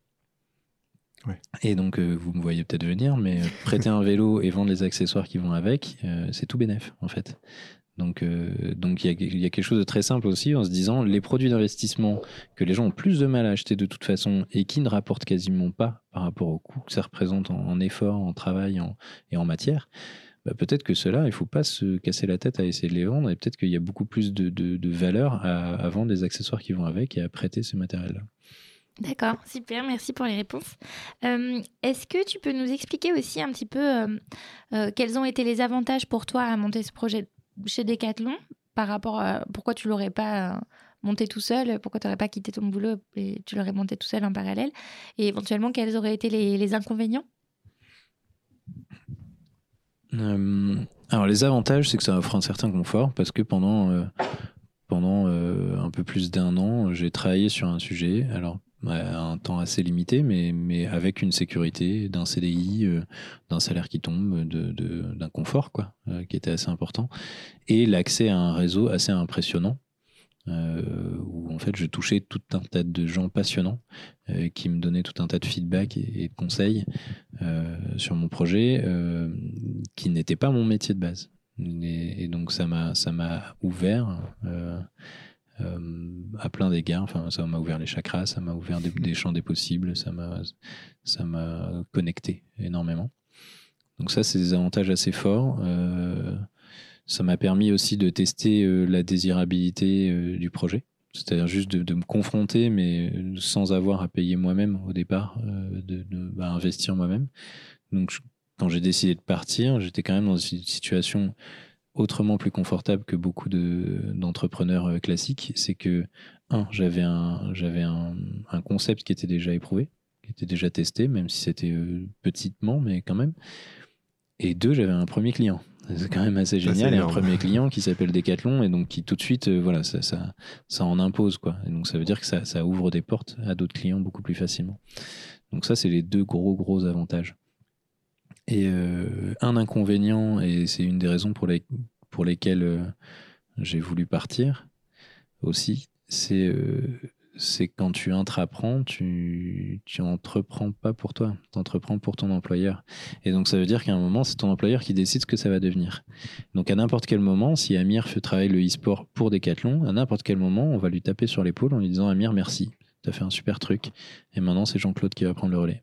Ouais. Et donc, euh, vous me voyez peut-être venir, mais prêter un vélo et vendre les accessoires qui vont avec, euh, c'est tout bénef, en fait. Donc, euh, donc il y, y a quelque chose de très simple aussi en se disant les produits d'investissement que les gens ont plus de mal à acheter de toute façon et qui ne rapportent quasiment pas par rapport au coût que ça représente en, en effort, en travail en, et en matière. Bah peut-être que ceux-là, il ne faut pas se casser la tête à essayer de les vendre et peut-être qu'il y a beaucoup plus de, de, de valeur à, à vendre des accessoires qui vont avec et à prêter ce matériel-là. D'accord, super, merci pour les réponses. Euh, est-ce que tu peux nous expliquer aussi un petit peu euh, euh, quels ont été les avantages pour toi à monter ce projet chez Decathlon par rapport à pourquoi tu ne l'aurais pas euh, monté tout seul, pourquoi tu n'aurais pas quitté ton boulot et tu l'aurais monté tout seul en parallèle et éventuellement quels auraient été les, les inconvénients ? Euh, alors les avantages, c'est que ça offre un certain confort parce que pendant, euh, pendant euh, un peu plus d'un an, j'ai travaillé sur un sujet, alors à un temps assez limité, mais, mais avec une sécurité, d'un C D I, euh, d'un salaire qui tombe, de, de, d'un confort quoi, euh, qui était assez important, et l'accès à un réseau assez impressionnant. Euh, où en fait je touchais tout un tas de gens passionnants euh, qui me donnaient tout un tas de feedback et, et de conseils euh, sur mon projet euh, qui n'était pas mon métier de base et, et donc ça m'a, ça m'a ouvert euh, euh, à plein d'égards, enfin, ça m'a ouvert les chakras, ça m'a ouvert des, des champs des possibles, ça m'a, ça m'a connecté énormément, donc ça c'est des avantages assez forts. euh, Ça m'a permis aussi de tester euh, la désirabilité euh, du projet, c'est-à-dire juste de, de me confronter, mais sans avoir à payer moi-même au départ, euh, de, de bah, investir moi-même. Donc, je, quand j'ai décidé de partir, j'étais quand même dans une situation autrement plus confortable que beaucoup de, d'entrepreneurs euh, classiques, c'est que, un, j'avais, un, j'avais un, un concept qui était déjà éprouvé, qui était déjà testé, même si c'était euh, petitement, mais quand même. Et deux, j'avais un premier client. C'est quand même assez Ça, génial. c'est Et un énorme. premier client qui s'appelle Decathlon et donc qui tout de suite, euh, voilà, ça, ça, ça en impose, quoi. Et donc ça veut dire que ça, ça ouvre des portes à d'autres clients beaucoup plus facilement. Donc ça, c'est les deux gros, gros avantages. Et euh, un inconvénient, et c'est une des raisons pour, les, pour lesquelles euh, j'ai voulu partir aussi, c'est, euh, c'est quand tu intraprends, tu, tu entreprends pas pour toi, tu entreprends pour ton employeur. Et donc ça veut dire qu'à un moment, c'est ton employeur qui décide ce que ça va devenir. Donc à n'importe quel moment, si Amir fait travailler le e-sport pour Decathlon, à n'importe quel moment, on va lui taper sur l'épaule en lui disant « Amir, merci, tu as fait un super truc. Et maintenant, c'est Jean-Claude qui va prendre le relais. »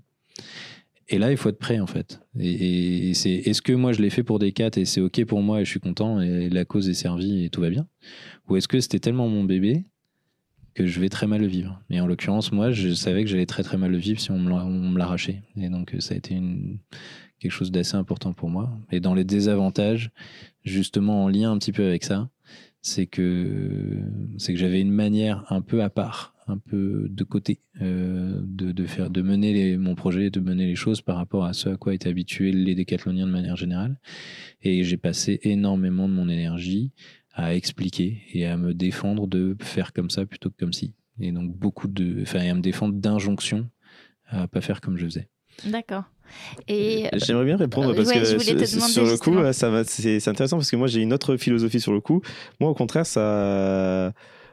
Et là, il faut être prêt, en fait. Et, et c'est, est-ce que moi, je l'ai fait pour Decat et c'est OK pour moi et je suis content et la cause est servie et tout va bien? Ou est-ce que c'était tellement mon bébé que je vais très mal le vivre? Et en l'occurrence, moi, je savais que j'allais très très mal le vivre si on me, on me l'arrachait. Et donc, ça a été une, quelque chose d'assez important pour moi. Et dans les désavantages, justement en lien un petit peu avec ça, c'est que, c'est que j'avais une manière un peu à part, un peu de côté, euh, de, de, faire, de mener les, mon projet, de mener les choses par rapport à ce à quoi étaient habitués les décathloniens de manière générale. Et j'ai passé énormément de mon énergie à expliquer et à me défendre de faire comme ça plutôt que comme ci. Et donc beaucoup de, enfin, à me défendre d'injonctions à pas faire comme je faisais. D'accord. Et j'aimerais bien répondre parce ouais, que je voulais te sur, demander sur le justement. coup, ça va, c'est, c'est intéressant parce que moi j'ai une autre philosophie sur le coup. Moi, au contraire, ça,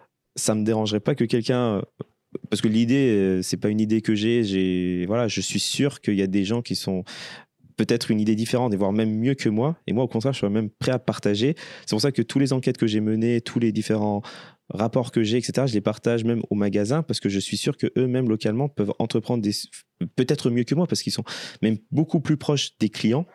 ça me dérangerait pas que quelqu'un, parce que l'idée, c'est pas une idée que j'ai. J'ai, voilà, je suis sûr qu'il y a des gens qui sont peut-être une idée différente et voire même mieux que moi. Et moi, au contraire, je suis même prêt à partager. C'est pour ça que toutes les enquêtes que j'ai menées, tous les différents rapports que j'ai, et cetera, je les partage même au magasin parce que je suis sûr qu'eux-mêmes, localement, peuvent entreprendre des... peut-être mieux que moi parce qu'ils sont même beaucoup plus proches des clients.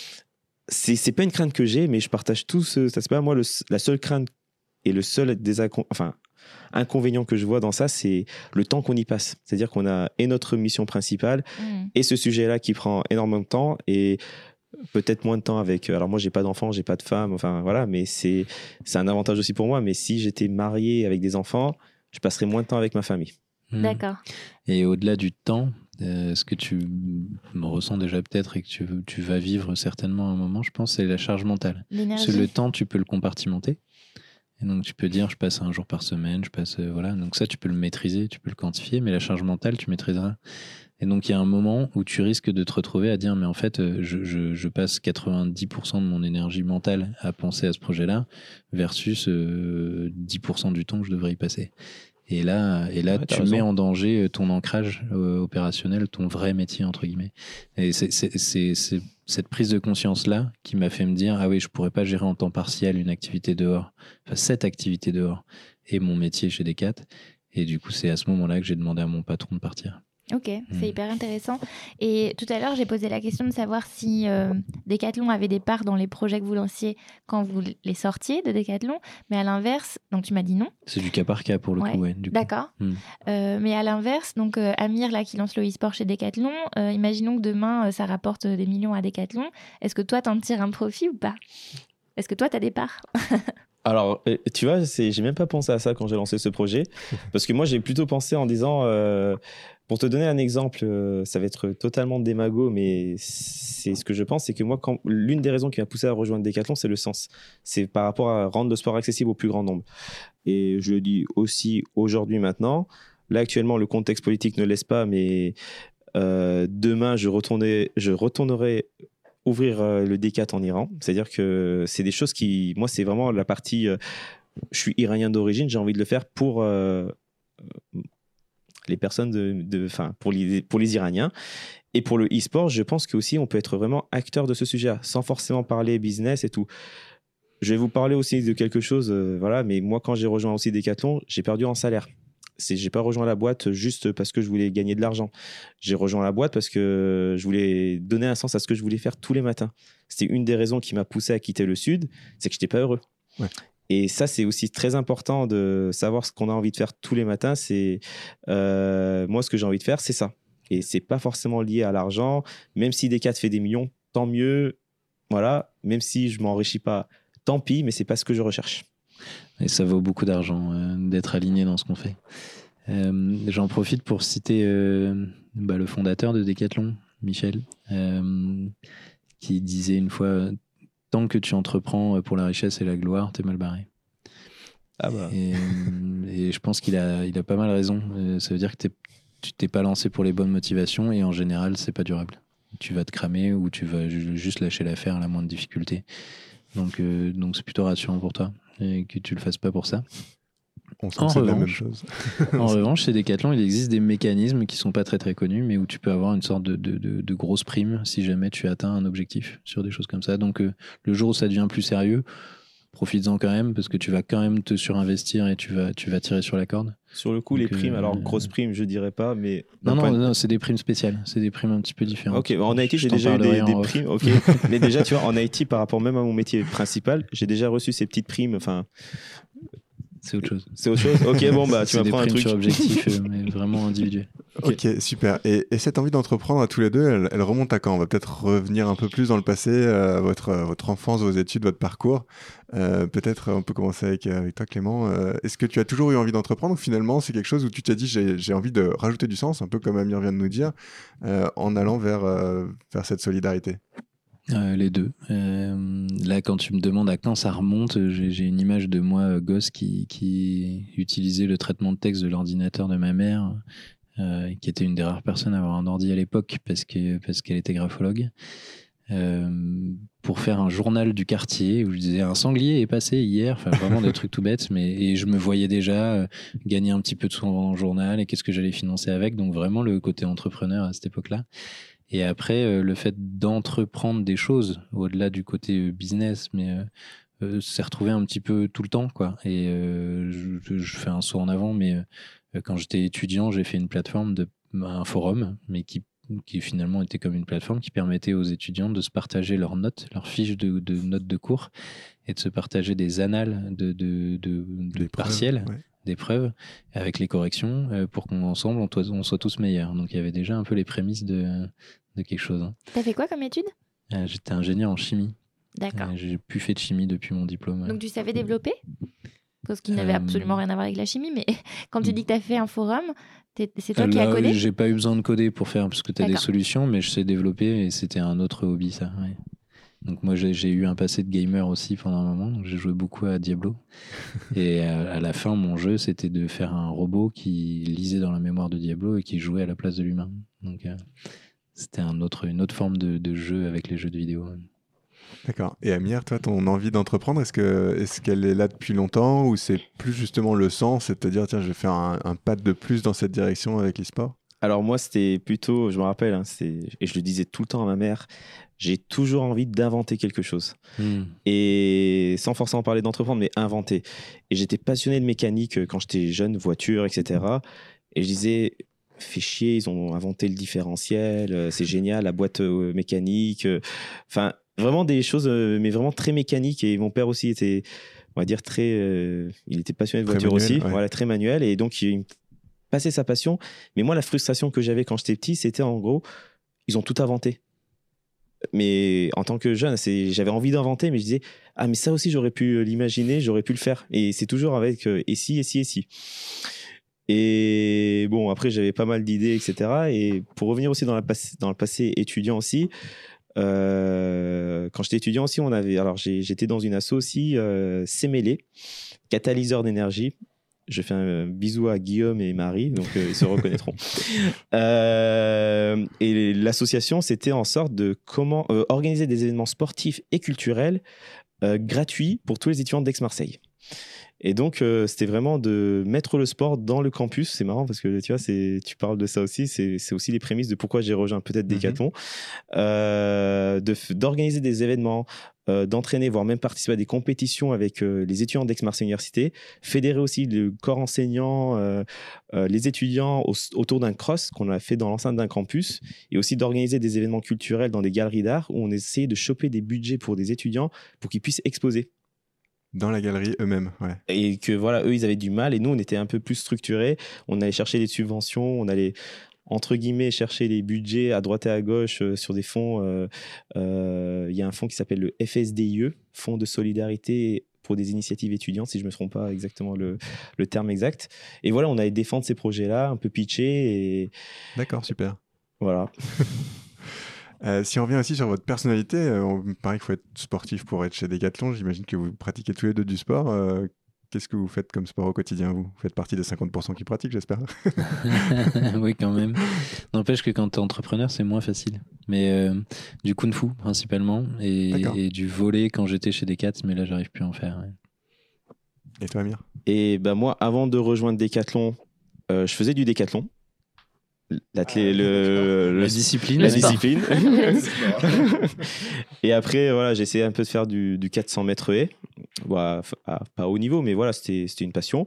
C'est, c'est pas une crainte que j'ai, mais je partage tout ce... Ça, c'est pas moi le... la seule crainte et le seul désaccom... enfin, inconvénient que je vois dans ça, c'est le temps qu'on y passe. C'est-à-dire qu'on a et notre mission principale mmh. et ce sujet-là qui prend énormément de temps et peut-être moins de temps avec... Alors moi, j'ai pas d'enfants, j'ai pas de femme, enfin voilà, mais c'est, c'est un avantage aussi pour moi. Mais si j'étais marié avec des enfants, je passerais moins de temps avec ma famille. Mmh. D'accord. Et au-delà du temps, euh, ce que tu me ressens déjà peut-être et que tu, tu vas vivre certainement à un moment, je pense, c'est la charge mentale. L'énergie. Parce que le temps, tu peux le compartimenter. Et donc tu peux dire, je passe un jour par semaine, je passe... Euh, voilà. Donc ça, tu peux le maîtriser, tu peux le quantifier, mais la charge mentale, tu maîtriseras. Et donc, il y a un moment où tu risques de te retrouver à dire, mais en fait, je, je, je passe quatre-vingt-dix pour cent de mon énergie mentale à penser à ce projet-là versus euh, dix pour cent du temps que je devrais y passer. Et là, et là ouais, tu mets en danger ton ancrage euh, opérationnel, ton vrai métier, entre guillemets. Et c'est, c'est, c'est, c'est cette prise de conscience-là qui m'a fait me dire, ah oui, je pourrais pas gérer en temps partiel une activité dehors, enfin cette activité dehors et mon métier chez Decat. Et du coup, c'est à ce moment-là que j'ai demandé à mon patron de partir. Ok, c'est mmh. hyper intéressant. Et tout à l'heure, j'ai posé la question de savoir si euh, Decathlon avait des parts dans les projets que vous lanciez quand vous les sortiez de Decathlon, mais à l'inverse, donc tu m'as dit non. C'est du cas par cas pour le ouais. coup, ouais. Du D'accord. Coup. Mmh. Euh, mais à l'inverse, donc euh, Amir là qui lance le e-sport chez Decathlon, euh, imaginons que demain euh, ça rapporte des millions à Decathlon. Est-ce que toi t'en tires un profit ou pas? Est-ce que toi t'as des parts? Alors, tu vois, c'est, j'ai même pas pensé à ça quand j'ai lancé ce projet, parce que moi j'ai plutôt pensé en disant. Euh, Pour te donner un exemple, euh, ça va être totalement démago, mais c'est ce que je pense, c'est que moi, quand, l'une des raisons qui m'a poussé à rejoindre Decathlon, c'est le sens. C'est par rapport à rendre le sport accessible au plus grand nombre. Et je le dis aussi aujourd'hui, maintenant. Là, actuellement, le contexte politique ne laisse pas, mais euh, demain, je retournerai, je retournerai ouvrir euh, le Decat en Iran. C'est-à-dire que c'est des choses qui... Moi, c'est vraiment la partie... Euh, je suis iranien d'origine, j'ai envie de le faire pour... Euh, les personnes de, de, enfin, pour les, pour les Iraniens. Et pour le e-sport, je pense qu'aussi, on peut être vraiment acteur de ce sujet, sans forcément parler business et tout. Je vais vous parler aussi de quelque chose, euh, voilà, mais moi, quand j'ai rejoint aussi Decathlon, j'ai perdu en salaire. C'est, j'ai pas rejoint la boîte juste parce que je voulais gagner de l'argent. J'ai rejoint la boîte parce que je voulais donner un sens à ce que je voulais faire tous les matins. C'était une des raisons qui m'a poussé à quitter le Sud, c'est que j'étais pas heureux. Ouais. Et ça, c'est aussi très important de savoir ce qu'on a envie de faire tous les matins. C'est euh, moi, ce que j'ai envie de faire, c'est ça. Et c'est pas forcément lié à l'argent. Même si Decat fait des millions, tant mieux. Voilà. Même si je m'enrichis pas tant pis, mais c'est pas ce que je recherche. Et ça vaut beaucoup d'argent euh, d'être aligné dans ce qu'on fait. Euh, j'en profite pour citer euh, bah, le fondateur de Decathlon, Michel, euh, qui disait une fois « Tant que tu entreprends pour la richesse et la gloire, t'es mal barré ». Ah bah. Et, et je pense qu'il a, il a pas mal raison. Ça veut dire que t'es, tu t'es pas lancé pour les bonnes motivations et en général, c'est pas durable. Tu vas te cramer ou tu vas ju- juste lâcher l'affaire à la moindre difficulté. Donc, euh, donc c'est plutôt rassurant pour toi et que tu le fasses pas pour ça. On se En conseille la même revanche, chose. En revanche, chez Decathlon, il existe des mécanismes qui sont pas très très connus, mais où tu peux avoir une sorte de, de, de, de grosse prime si jamais tu atteins un objectif sur des choses comme ça. Donc euh, le jour où ça devient plus sérieux, profites-en quand même parce que tu vas quand même te surinvestir et tu vas, tu vas tirer sur la corde. Sur le coup, Donc, les primes, euh, alors grosse prime, je dirais pas, mais. Non, non, point de... non, c'est des primes spéciales. C'est des primes un petit peu différentes. Ok, en I T, Je j'ai t'en déjà eu des, parlerai des en primes. Ok, mais déjà, tu vois, en I T, par rapport même à mon métier principal, j'ai déjà reçu ces petites primes. Enfin, c'est autre chose. c'est autre chose. Ok, bon, bah, tu c'est des m'apprends un primes truc. sur objectif, euh, mais vraiment individuel. Ok, super. Et, et cette envie d'entreprendre à tous les deux, elle, elle remonte à quand? On va peut-être revenir un peu plus dans le passé, euh, votre, euh, votre enfance, vos études, votre parcours. Euh, peut-être on peut commencer avec, avec toi, Clément. Euh, est-ce que tu as toujours eu envie d'entreprendre ou finalement c'est quelque chose où tu t'es dit j'ai, j'ai envie de rajouter du sens, un peu comme Amir vient de nous dire, euh, en allant vers, euh, vers cette solidarité? Euh, les deux. Euh, là, quand tu me demandes à quand ça remonte, j'ai, j'ai une image de moi, euh, gosse, qui, qui utilisait le traitement de texte de l'ordinateur de ma mère, euh, qui était une des rares personnes à avoir un ordi à l'époque parce, que, parce qu'elle était graphologue, euh, pour faire un journal du quartier où je disais un sanglier est passé hier, enfin vraiment des trucs tout bêtes, mais et je me voyais déjà euh, gagner un petit peu de sous en journal et qu'est-ce que j'allais financer avec, donc vraiment le côté entrepreneur à cette époque-là. Et après, euh, le fait d'entreprendre des choses, au-delà du côté euh, business, mais euh, euh, s'est retrouvé un petit peu tout le temps, quoi. Et euh, je, je fais un saut en avant, mais euh, quand j'étais étudiant, j'ai fait une plateforme, de, un forum, mais qui, qui finalement était comme une plateforme qui permettait aux étudiants de se partager leurs notes, leurs fiches de, de notes de cours, et de se partager des annales de, de, de, de partiels. Ouais. D'épreuves avec les corrections euh, pour qu'ensemble on, on soit tous meilleurs. Donc il y avait déjà un peu les prémices de, de quelque chose. Hein. T'as fait quoi comme étude? euh, J'étais ingénieur en chimie. D'accord. Euh, j'ai plus fait de chimie depuis mon diplôme. Donc tu savais développer? Parce qu'il n'avait euh... absolument rien à voir avec la chimie, mais quand tu dis que tu as fait un forum, c'est toi Là, qui as codé? J'ai pas eu besoin de coder pour faire, parce que tu as des solutions, mais je sais développer et c'était un autre hobby ça. Ouais. Donc moi j'ai, j'ai eu un passé de gamer aussi pendant un moment, donc j'ai joué beaucoup à Diablo. Et à, à la fin, mon jeu, c'était de faire un robot qui lisait dans la mémoire de Diablo et qui jouait à la place de l'humain. Donc euh, c'était un autre, une autre forme de, de jeu avec les jeux de vidéo. D'accord. Et Amir, toi, ton envie d'entreprendre, est-ce, que, est-ce qu'elle est là depuis longtemps ou c'est plus justement le sens, c'est de te dire, tiens, je vais faire un, un pas de plus dans cette direction avec l'e-sport? Alors moi, c'était plutôt, je me rappelle, hein, c'est, et je le disais tout le temps à ma mère, j'ai toujours envie d'inventer quelque chose. Mmh. Et sans forcément parler d'entreprendre, mais inventer. Et j'étais passionné de mécanique quand j'étais jeune, voiture, et cetera. Et je disais, fais chier, ils ont inventé le différentiel, c'est génial, la boîte mécanique. Enfin, vraiment des choses, mais vraiment très mécaniques. Et mon père aussi était, on va dire, très... Euh, il était passionné de très voiture manuel, aussi, ouais. Voilà, très manuel. Et donc, il passait sa passion. Mais moi, la frustration que j'avais quand j'étais petit, c'était en gros, ils ont tout inventé. Mais en tant que jeune, c'est, j'avais envie d'inventer, mais je disais, ah, mais ça aussi, j'aurais pu l'imaginer, j'aurais pu le faire. Et c'est toujours avec euh, et si, et si, et si. Et bon, après, j'avais pas mal d'idées, et cetera. Et pour revenir aussi dans, la passe, dans le passé étudiant aussi, euh, quand j'étais étudiant aussi, on avait, alors j'ai, j'étais dans une asso aussi, euh, Sémélé, catalyseur d'énergie. Je fais un bisou à Guillaume et Marie, donc euh, ils se reconnaîtront. Euh, et l'association, c'était en sorte de comment euh, organiser des événements sportifs et culturels euh, gratuits pour tous les étudiants d'Aix-Marseille. Et donc, euh, c'était vraiment de mettre le sport dans le campus. C'est marrant parce que tu vois, c'est, tu parles de ça aussi. C'est, c'est aussi les prémices de pourquoi j'ai rejoint peut-être Decathlon. Mm-hmm. Euh, de, d'organiser des événements, euh, d'entraîner, voire même participer à des compétitions avec euh, les étudiants d'Aix-Marseille Université. Fédérer aussi le corps enseignant, euh, euh, les étudiants au, autour d'un cross qu'on a fait dans l'enceinte d'un campus. Et aussi d'organiser des événements culturels dans des galeries d'art où on essayait de choper des budgets pour des étudiants pour qu'ils puissent exposer. Dans la galerie eux-mêmes, ouais. Et que voilà, eux, ils avaient du mal et nous, on était un peu plus structurés. On allait chercher des subventions, on allait, entre guillemets, chercher les budgets à droite et à gauche euh, sur des fonds euh, euh, il y a un fonds qui s'appelle le F S D I E, Fonds de solidarité pour des initiatives étudiantes, si je ne me trompe pas exactement le, le terme exact. Et voilà, on allait défendre ces projets-là, un peu pitcher. Et... D'accord, super. Voilà. Euh, si on revient aussi sur votre personnalité, euh, on me paraît qu'il faut être sportif pour être chez Decathlon. J'imagine que vous pratiquez tous les deux du sport. Euh, qu'est-ce que vous faites comme sport au quotidien, vous Vous faites partie des cinquante pour cent qui pratiquent, j'espère. Oui, quand même. N'empêche que quand tu es entrepreneur, c'est moins facile. Mais euh, du kung-fu, principalement, et, et du volley quand j'étais chez Decathlon, mais là, j'arrive plus à en faire. Ouais. Et toi, Amir? Et ben moi, avant de rejoindre Decathlon, euh, je faisais du décathlon. L'athlé- le, le, La discipline. La Le sport. discipline. Et après, voilà, j'ai essayé un peu de faire du, du quatre cents mètres haies. Voilà, à, pas haut niveau, mais voilà, c'était, c'était une passion.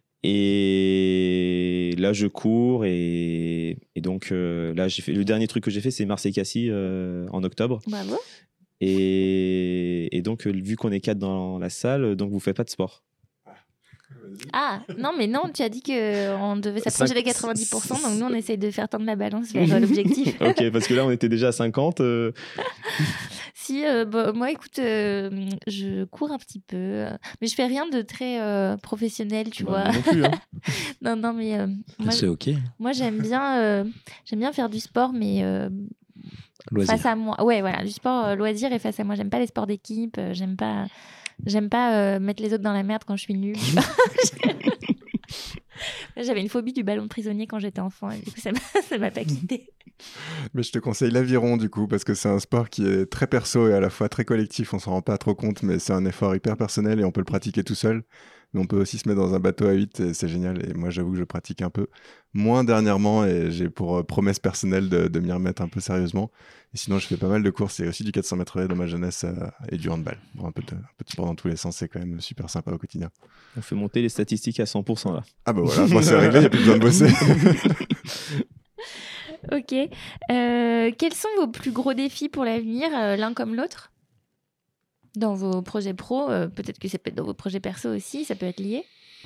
Et là, je cours. Et, et donc, euh, là, j'ai fait, le dernier truc que j'ai fait, c'est Marseille-Cassis euh, en octobre. Bravo. Et, et donc, vu qu'on est quatre dans la salle, donc vous ne faites pas de sport. Ah, non, mais non, tu as dit qu'on devait s'approcher Cinq- des quatre-vingt-dix pour cent, donc nous, on essaye de faire tendre la balance vers l'objectif. Ok, parce que là, on était déjà à cinquante. Euh... Si, euh, bah, moi, écoute, euh, je cours un petit peu, euh, mais je fais rien de très euh, professionnel, tu Bah, vois. moi non plus. Hein. Non, non, mais euh, moi, C'est OK. moi, j'aime bien, euh, j'aime bien faire du sport, mais euh, Loisir. face à moi. Ouais, voilà, du sport euh, loisir et face à moi. J'aime pas les sports d'équipe, euh, j'aime pas, j'aime pas euh, mettre les autres dans la merde quand je suis nulle. tu vois. J'avais une phobie du ballon prisonnier quand j'étais enfant, et du coup, ça m'a, ça m'a pas quitté. Mais je te conseille l'aviron du coup, parce que c'est un sport qui est très perso et à la fois très collectif, on s'en rend pas trop compte, mais c'est un effort hyper personnel et on peut le pratiquer tout seul. Mais on peut aussi se mettre dans un bateau à huit et c'est génial. Et moi, j'avoue que je pratique un peu moins dernièrement et j'ai pour euh, promesse personnelle de, de m'y remettre un peu sérieusement. Et sinon, je fais pas mal de courses et aussi du quatre cents mètres haies dans ma jeunesse euh, et du handball. Bon, un, peu de, un peu de sport dans tous les sens, c'est quand même super sympa au quotidien. On fait monter les statistiques à cent pour cent là. Ah bah voilà, moi c'est réglé, il n'y a plus besoin de bosser. Ok. Euh, quels sont vos plus gros défis pour l'avenir, euh, l'un comme l'autre? Dans vos projets pro, euh, peut-être que ça peut être dans vos projets perso aussi, ça peut être lié.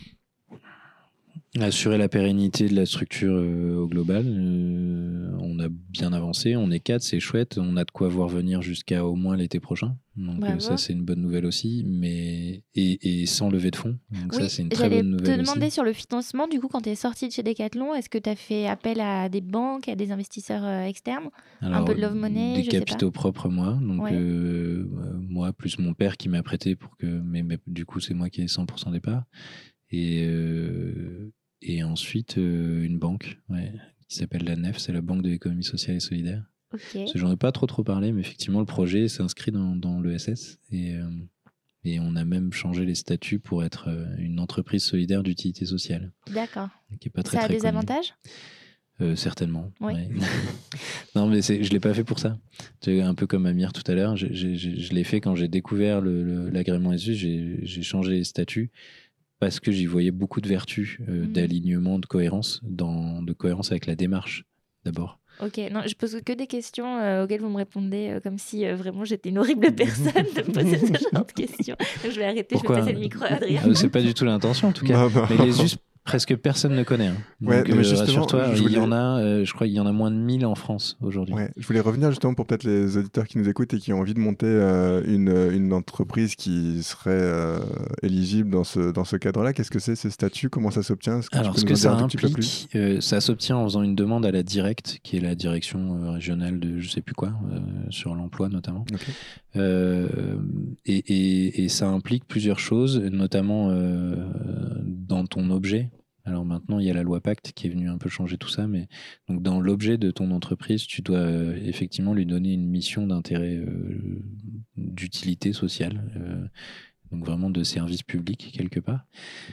Assurer la pérennité de la structure euh, au global. Euh, on a bien avancé, on est quatre, c'est chouette. On a de quoi voir venir jusqu'à au moins l'été prochain. Donc euh, ça, c'est une bonne nouvelle aussi. Mais... Et, et sans levée de fonds. Donc oui, ça, c'est une très j'allais bonne nouvelle te demander aussi. sur le financement, du coup, quand tu es sorti de chez Decathlon, est-ce que tu as fait appel à des banques, à des investisseurs euh, externes? Alors, un peu de love money, des je sais capitaux propres, moi. Donc, Ouais. euh, euh, moi, plus mon père qui m'a prêté pour que. Mais, mais du coup, c'est moi qui ai cent pour cent des parts. Et, euh, et ensuite, euh, une banque ouais, qui s'appelle la N E F, c'est la Banque de l'économie sociale et solidaire. Ok. Parce que j'en ai pas trop trop parlé, mais effectivement, le projet s'inscrit dans, dans l'E S S. Et, euh, et on a même changé les statuts pour être euh, une entreprise solidaire d'utilité sociale. D'accord. Qui est pas très, Ça a très des connue. avantages? Euh, certainement. Oui. Ouais. Non, mais c'est, je l'ai pas fait pour ça. C'est un peu comme Amir tout à l'heure. J'ai, j'ai, je l'ai fait quand j'ai découvert le, le, l'agrément S U. J'ai, j'ai changé les statuts parce que j'y voyais beaucoup de vertus euh, Mmh. d'alignement, de cohérence, dans, de cohérence avec la démarche d'abord. Ok, non, je pose que des questions euh, auxquelles vous me répondez euh, comme si euh, vraiment j'étais une horrible personne de me poser ce genre de questions. Donc je vais arrêter, Pourquoi je vais passer le micro à Adrien. Euh, c'est pas du tout l'intention en tout cas. Non, non. Mais les U S, presque personne ne connaît. Hein. Ouais, Donc, non, mais euh, justement, rassure-toi, je voulais- il y en a, euh, je crois qu'il y en a moins de mille en France aujourd'hui. Ouais, je voulais revenir justement pour peut-être les auditeurs qui nous écoutent et qui ont envie de monter euh, une, une entreprise qui serait euh, éligible dans ce, dans ce cadre-là. Qu'est-ce que c'est ces statuts? Comment ça s'obtient? Est-ce que Alors, tu ce peux que nous en dire ça un tout petit peu plus? implique, euh, ça s'obtient en faisant une demande à la directe, qui est la direction euh, régionale de je sais plus quoi, euh, sur l'emploi notamment. Ok. Euh, et, et, et ça implique plusieurs choses, notamment euh, dans ton objet. Alors maintenant, il y a la loi Pacte qui est venue un peu changer tout ça, mais donc dans l'objet de ton entreprise, tu dois euh, effectivement lui donner une mission d'intérêt euh, d'utilité sociale, euh, donc vraiment de service public quelque part.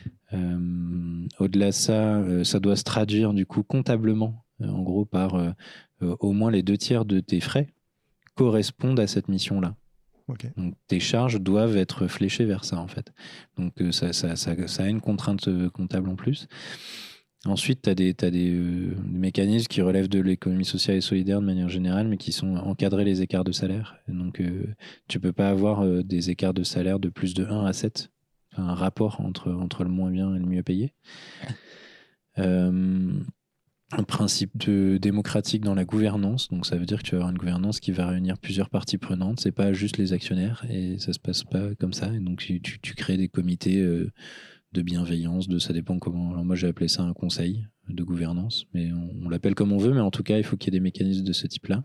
Euh, au-delà de ça, euh, ça doit se traduire du coup comptablement, euh, en gros par euh, euh, au moins les deux tiers de tes frais correspondent à cette mission-là. Ok. Donc tes charges doivent être fléchées vers ça en fait. Donc euh, ça, ça, ça, ça a une contrainte euh, comptable en plus. Ensuite, tu as des, t'as des, euh, des mécanismes qui relèvent de l'économie sociale et solidaire de manière générale, mais qui sont encadrer les écarts de salaire. Et donc euh, tu peux pas avoir euh, des écarts de salaire de plus de un à sept. Enfin, un rapport entre, entre le moins bien et le mieux payé. Euh, un principe de, démocratique dans la gouvernance. Donc ça veut dire que tu vas avoir une gouvernance qui va réunir plusieurs parties prenantes. C'est pas juste les actionnaires et ça se passe pas comme ça. Et donc tu, tu crées des comités euh, de bienveillance, de ça dépend comment. Alors moi j'ai appelé ça un conseil de gouvernance, mais on, on l'appelle comme on veut. Mais en tout cas, il faut qu'il y ait des mécanismes de ce type-là.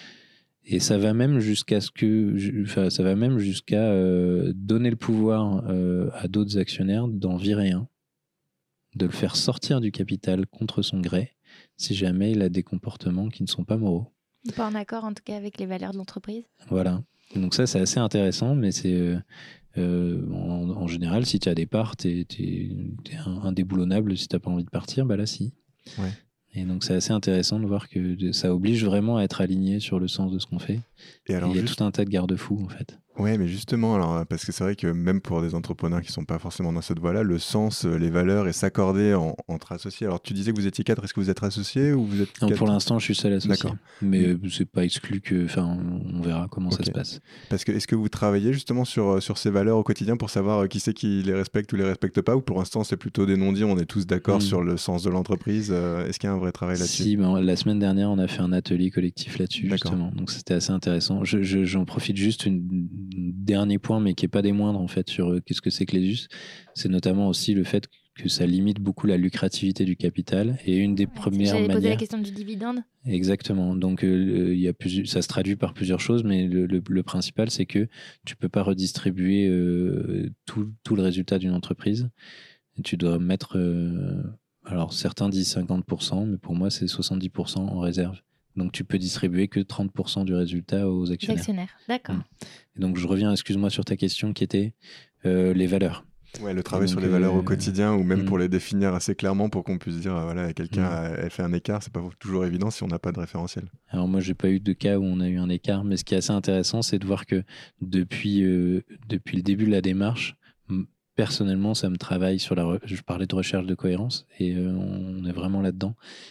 Et ça va même jusqu'à ce que, enfin, ça va même jusqu'à euh, donner le pouvoir euh, à d'autres actionnaires d'en virer un, de le faire sortir du capital contre son gré, si jamais il a des comportements qui ne sont pas moraux. Pas en accord, en tout cas, avec les valeurs de l'entreprise. Voilà. Donc ça, c'est assez intéressant, mais c'est euh, euh, en, en général, si tu as des parts, t'es, t'es, t'es indéboulonnable. Si t'as pas envie de partir, bah là, si. Ouais. Et donc c'est assez intéressant de voir que ça oblige vraiment à être aligné sur le sens de ce qu'on fait. Et alors, il y a juste... tout un tas de garde-fous en fait. Ouais, mais justement, alors, parce que c'est vrai que même pour des entrepreneurs qui ne sont pas forcément dans cette voie-là, le sens, les valeurs et s'accorder en, entre associés. Alors tu disais que vous étiez quatre, est-ce que vous êtes associés ou vous êtes non, pour l'instant, je suis seul associé. D'accord. Mais mmh. c'est pas exclu que, enfin, on verra comment okay. ça se passe. Parce que est-ce que vous travaillez justement sur, sur ces valeurs au quotidien pour savoir qui c'est qui les respecte ou les respecte pas, ou pour l'instant c'est plutôt des non-dits, on est tous d'accord mmh. sur le sens de l'entreprise. Est-ce qu'il y a un vrai travail là-dessus? Si, ben, la semaine dernière, on a fait un atelier collectif là-dessus, D'accord. justement. Donc c'était assez intéressant. Je, je, j'en profite juste une, une dernier point, mais qui n'est pas des moindres en fait, sur euh, qu'est-ce que c'est que les U S. C'est notamment aussi le fait que ça limite beaucoup la lucrativité du capital. Et une des ouais, premières J'allais manières... poser la question du dividende. Exactement. Donc euh, y a plus... ça se traduit par plusieurs choses, mais le, le, le principal, c'est que tu ne peux pas redistribuer euh, tout, tout le résultat d'une entreprise. Et tu dois mettre... Euh... Alors certains disent cinquante pour cent, mais pour moi, c'est soixante-dix pour cent en réserve. Donc, tu peux distribuer que trente pour cent du résultat aux actionnaires. Actionnaires, d'accord. Mmh. Et donc, je reviens, excuse-moi, sur ta question qui était euh, les valeurs. Ouais, le travail donc, sur les valeurs euh, au quotidien, ou même mmh. pour les définir assez clairement pour qu'on puisse dire, voilà, quelqu'un mmh. a fait un écart, c'est pas toujours évident si on n'a pas de référentiel. Alors moi, j'ai pas eu de cas où on a eu un écart, mais ce qui est assez intéressant, c'est de voir que depuis, euh, depuis le début de la démarche, personnellement, ça me travaille sur la... Re... Je parlais de recherche de cohérence, et euh, on est vraiment là-dedans.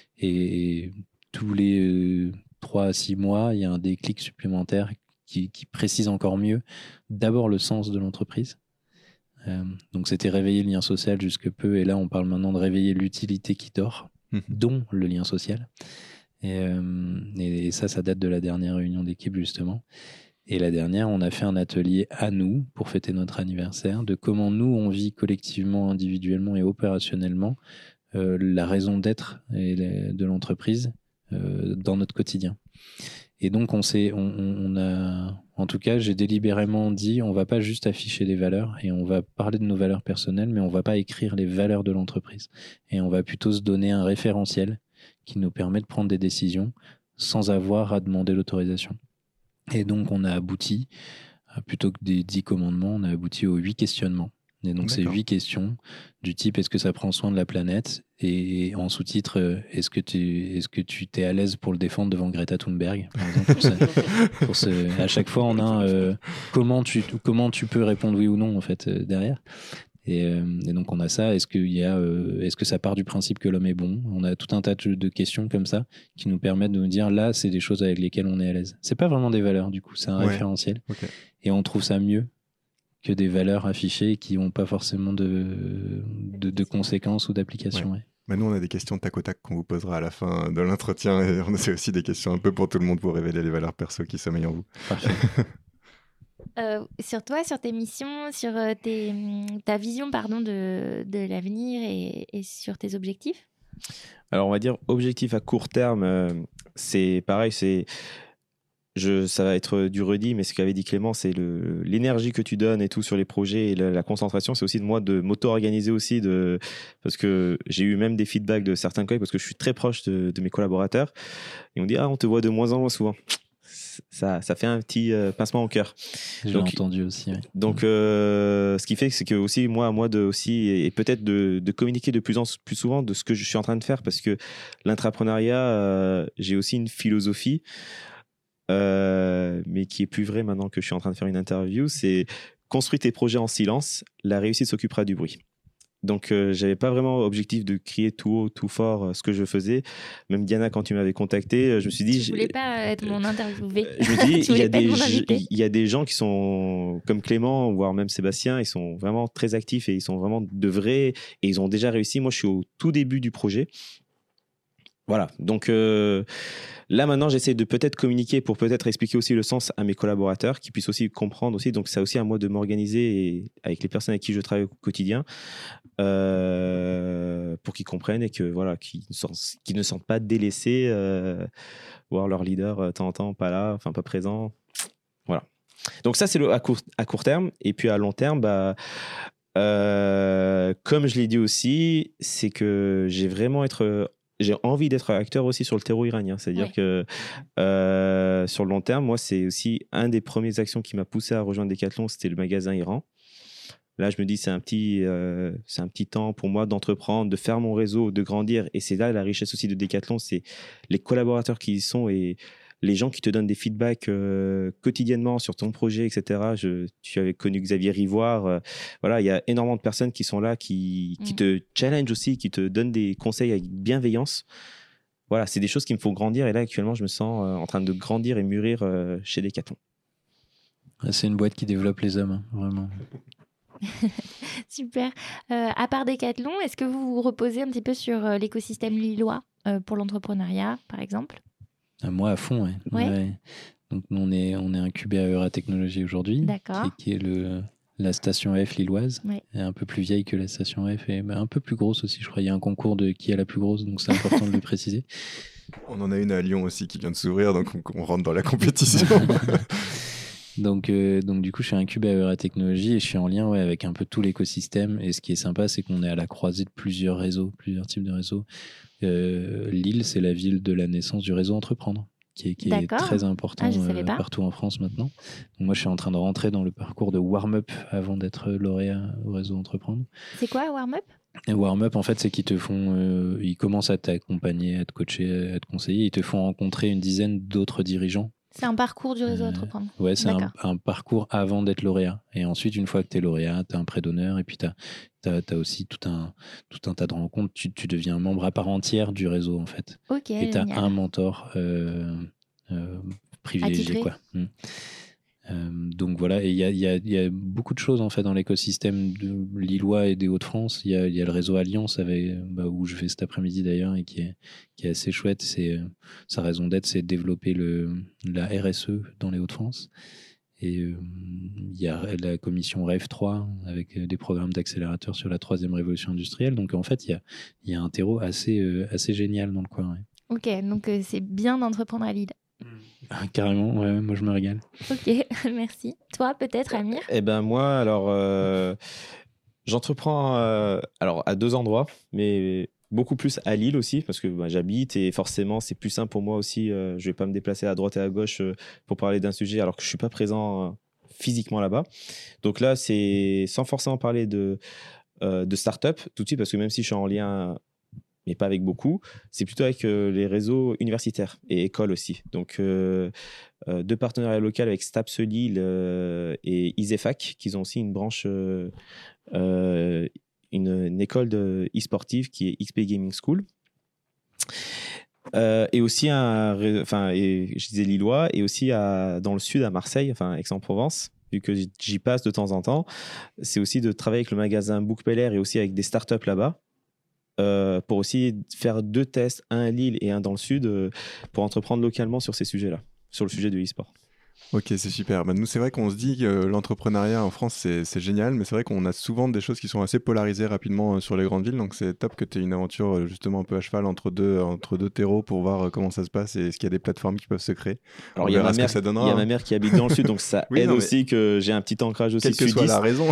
Et... tous les euh, trois à six mois, il y a un déclic supplémentaire qui, qui précise encore mieux d'abord le sens de l'entreprise. Euh, donc c'était réveiller le lien social jusque peu, et là on parle maintenant de réveiller l'utilité qui dort, mmh. dont le lien social. Et, euh, et, et ça, ça date de la dernière réunion d'équipe justement. Et la dernière, on a fait un atelier à nous pour fêter notre anniversaire, de comment nous on vit collectivement, individuellement et opérationnellement euh, la raison d'être et les, de l'entreprise. Euh, dans notre quotidien. Et donc on s'est, on, on a, en tout cas, j'ai délibérément dit, on va pas juste afficher des valeurs et on va parler de nos valeurs personnelles, mais on va pas écrire les valeurs de l'entreprise. Et on va plutôt se donner un référentiel qui nous permet de prendre des décisions sans avoir à demander l'autorisation. Et donc on a abouti, plutôt que des dix commandements, on a abouti aux huit questionnements. Et donc, c'est huit questions du type est-ce que ça prend soin de la planète, et en sous-titre est-ce que tu est-ce que tu t'es à l'aise pour le défendre devant Greta Thunberg, par exemple, pour ce, pour ce, à chaque fois on a euh, comment tu comment tu peux répondre oui ou non en fait euh, derrière. Et, euh, et donc on a ça. Est-ce qu'il y a euh, est-ce que ça part du principe que l'homme est bon? On a tout un tas de, de questions comme ça qui nous permettent de nous dire là c'est des choses avec lesquelles on est à l'aise. C'est pas vraiment des valeurs du coup, c'est un ouais. référentiel. Okay. Et on trouve ça mieux que des valeurs affichées qui n'ont pas forcément de, de, de conséquences ou d'applications. Ouais. Ouais. Bah nous, on a des questions tac au tac qu'on vous posera à la fin de l'entretien, et on a aussi des questions un peu pour tout le monde pour révéler les valeurs perso qui sommeillent en vous. Parfait. euh, sur toi, sur tes missions, sur tes, ta vision pardon, de, de l'avenir et, et sur tes objectifs? Alors, on va dire objectif à court terme, euh, c'est pareil, c'est... Je, ça va être du redit, mais ce qu'avait dit Clément, c'est le, l'énergie que tu donnes et tout sur les projets et la, la concentration. C'est aussi de moi de m'auto-organiser aussi, de, parce que j'ai eu même des feedbacks de certains collègues, parce que je suis très proche de, de mes collaborateurs. Ils m'ont dit, ah, on te voit de moins en moins souvent. Ça, ça fait un petit euh, pincement au cœur. J'ai donc, entendu aussi. Ouais. Donc, euh, ce qui fait, c'est que aussi, moi, moi de aussi, et peut-être de, de communiquer de plus en plus souvent de ce que je suis en train de faire, parce que l'intrapreneuriat, euh, j'ai aussi une philosophie. Euh, mais qui est plus vrai maintenant que je suis en train de faire une interview, c'est construis tes projets en silence, la réussite s'occupera du bruit. Donc euh, j'avais pas vraiment objectif de crier tout haut, tout fort euh, ce que je faisais. Même Diana, quand tu m'avais contacté, je me suis dit, je voulais pas être mon interviewé. Je me dis, il y a des, il y a des gens qui sont comme Clément, voire même Sébastien, ils sont vraiment très actifs et ils sont vraiment de vrais et ils ont déjà réussi. Moi, je suis au tout début du projet. voilà. Donc euh, là maintenant, j'essaie de peut-être communiquer pour peut-être expliquer aussi le sens à mes collaborateurs, qui puissent aussi comprendre aussi. Donc c'est aussi à moi de m'organiser et avec les personnes avec qui je travaille au quotidien euh, pour qu'ils comprennent et que voilà, qu'ils ne sentent, qu'ils ne sentent pas délaissés, euh, voir leur leader euh, de temps en temps pas là, enfin pas présent. Voilà. Donc ça c'est le, à court à court terme, et puis à long terme, bah euh, comme je l'ai dit aussi, c'est que j'ai vraiment être j'ai envie d'être acteur aussi sur le terreau iranien. C'est-à-dire oui. que euh, sur le long terme, moi, c'est aussi un des premières actions qui m'a poussé à rejoindre Decathlon, c'était le magasin Iran. Là, je me dis, c'est un petit, euh, c'est un petit temps pour moi d'entreprendre, de faire mon réseau, de grandir. Et c'est là la richesse aussi de Decathlon, c'est les collaborateurs qui y sont et les gens qui te donnent des feedbacks euh, quotidiennement sur ton projet, et cetera. Je, tu avais connu Xavier Rivoire. Euh, voilà, il y a énormément de personnes qui sont là, qui, qui mmh. te challenge aussi, qui te donnent des conseils avec bienveillance. Voilà, c'est des choses qui me font grandir. Et là, actuellement, je me sens euh, en train de grandir et mûrir euh, chez Decathlon. C'est une boîte qui développe les hommes, hein, vraiment. Super. Euh, à part Decathlon, est-ce que vous vous reposez un petit peu sur euh, l'écosystème lillois euh, pour l'entrepreneuriat, par exemple ? Moi, à fond, oui. Ouais. Ouais. Donc, on est, on est incubé à Eura Technologies aujourd'hui, D'accord. qui, qui est le, la station F lilloise. Ouais. Elle est un peu plus vieille que la station F et bah, un peu plus grosse aussi. Je crois qu'il y a un concours de qui est la plus grosse, donc c'est important de le préciser. On en a une à Lyon aussi qui vient de s'ouvrir, donc on, on rentre dans la compétition. donc, euh, donc, du coup, je suis incubé à Eura Technologies et je suis en lien ouais, avec un peu tout l'écosystème. Et ce qui est sympa, c'est qu'on est à la croisée de plusieurs réseaux, plusieurs types de réseaux. Euh, Lille, c'est la ville de la naissance du réseau Entreprendre, qui est, qui est très important ah, euh, partout en France maintenant. Donc moi, je suis en train de rentrer dans le parcours de Warm-Up avant d'être lauréat au réseau Entreprendre. C'est quoi Warm-Up ? Et Warm-Up, en fait, c'est qu'ils te font, euh, ils commencent à t'accompagner, à te coacher, à te conseiller, ils te font rencontrer une dizaine d'autres dirigeants. C'est un parcours du réseau euh, Entreprendre. Ouais, c'est un, un parcours avant d'être lauréat. Et ensuite, une fois que tu es lauréat, tu as un prêt d'honneur et puis tu as aussi tout un, tout un tas de rencontres. Tu, tu deviens membre à part entière du réseau, en fait. Ok, et tu as un mentor euh, euh, privilégié, quoi. Mmh. Euh, donc voilà, et il y a, y, a, y a beaucoup de choses en fait dans l'écosystème de lillois et des Hauts-de-France. Il y a, y a le réseau Alliance avec, bah, où je vais cet après-midi d'ailleurs et qui est, qui est assez chouette. C'est, sa raison d'être, c'est de développer le, la R S E dans les Hauts-de-France. Et il euh, y a la commission R E F trois avec des programmes d'accélérateur sur la troisième révolution industrielle. Donc en fait, il y a, y a un terreau assez, euh, assez génial dans le coin. Ouais. Ok, donc euh, c'est bien d'entreprendre à Lille. Ah, carrément, ouais, moi je me régale. Ok, merci. Toi, peut-être, Amir ? Eh ben moi, alors, euh, j'entreprends euh, alors, à deux endroits, mais beaucoup plus à Lille aussi, parce que bah, j'habite et forcément, c'est plus simple pour moi aussi. Euh, je ne vais pas me déplacer à droite et à gauche euh, pour parler d'un sujet alors que je ne suis pas présent euh, physiquement là-bas. Donc là, c'est sans forcément parler de, euh, de start-up tout de suite, parce que même si je suis en lien... mais pas avec beaucoup, c'est plutôt avec euh, les réseaux universitaires et écoles aussi. Donc, euh, euh, deux partenariats locaux avec STAPS Lille euh, et ISEFAC, qui ont aussi une branche, euh, euh, une, une école de e-sportive qui est X P Gaming School. Euh, et aussi, un, enfin, et, je disais lillois, et aussi à, dans le sud, à Marseille, enfin Aix-en-Provence, vu que j'y passe de temps en temps, c'est aussi de travailler avec le magasin Bookpeller et aussi avec des startups là-bas. Euh, pour aussi faire deux tests, un à Lille et un dans le sud, euh, pour entreprendre localement sur ces sujets-là, sur le sujet du e-sport. Ok, c'est super. Bah, nous, c'est vrai qu'on se dit que l'entrepreneuriat en France, c'est, c'est génial, mais c'est vrai qu'on a souvent des choses qui sont assez polarisées rapidement sur les grandes villes, donc c'est top que tu aies une aventure justement un peu à cheval entre deux, entre deux terreaux pour voir comment ça se passe et est-ce qu'il y a des plateformes qui peuvent se créer. Alors, il y, a ma mère, il y a ma mère qui habite dans le sud, donc ça oui, aide non, aussi que j'ai un petit ancrage aussi sudiste. Quelle que soit la raison.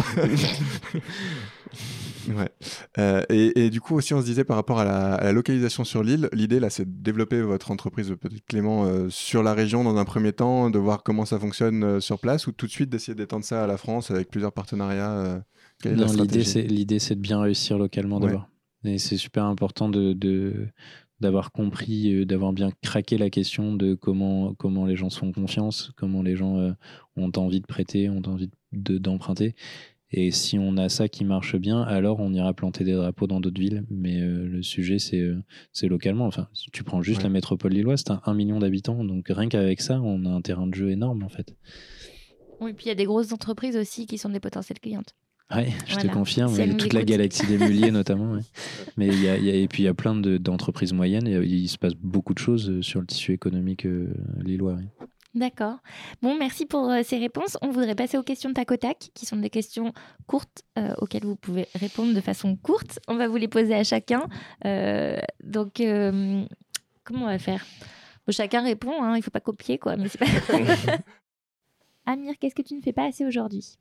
Ouais. Euh, et, et du coup aussi on se disait par rapport à la, à la localisation sur l'île, l'idée là c'est de développer votre entreprise peut-être Clément euh, sur la région dans un premier temps, de voir comment ça fonctionne euh, sur place ou tout de suite d'essayer d'étendre ça à la France avec plusieurs partenariats euh, quelle est Non, la stratégie ? l'idée c'est, l'idée c'est de bien réussir localement ouais. d'abord. Et c'est super important de, de, d'avoir compris, euh, d'avoir bien craqué la question de comment, comment les gens se font confiance, comment les gens euh, ont envie de prêter, ont envie de, d'emprunter. Et si on a ça qui marche bien, alors on ira planter des drapeaux dans d'autres villes. Mais euh, le sujet, c'est, euh, c'est localement. Enfin, tu prends juste ouais. la métropole lilloise, t'as un million d'habitants. Donc rien qu'avec ça, on a un terrain de jeu énorme, en fait. Oui, puis il y a des grosses entreprises aussi qui sont des potentielles clientes. Oui, je Voilà. te confirme. Si elle ouais, nous toute la écoute. galaxie des Muliers notamment. Ouais. Mais il y a, il y a- et puis il y a plein de, d'entreprises moyennes. Et il se passe beaucoup de choses sur le tissu économique euh, lillois. Ouais. D'accord. Bon, merci pour euh, ces réponses. On voudrait passer aux questions tac au tac, qui sont des questions courtes euh, auxquelles vous pouvez répondre de façon courte. On va vous les poser à chacun. Euh, donc, euh, comment on va faire? Bon, chacun répond, hein, il ne faut pas copier, quoi. Mais c'est pas... Amir, qu'est-ce que tu ne fais pas assez aujourd'hui?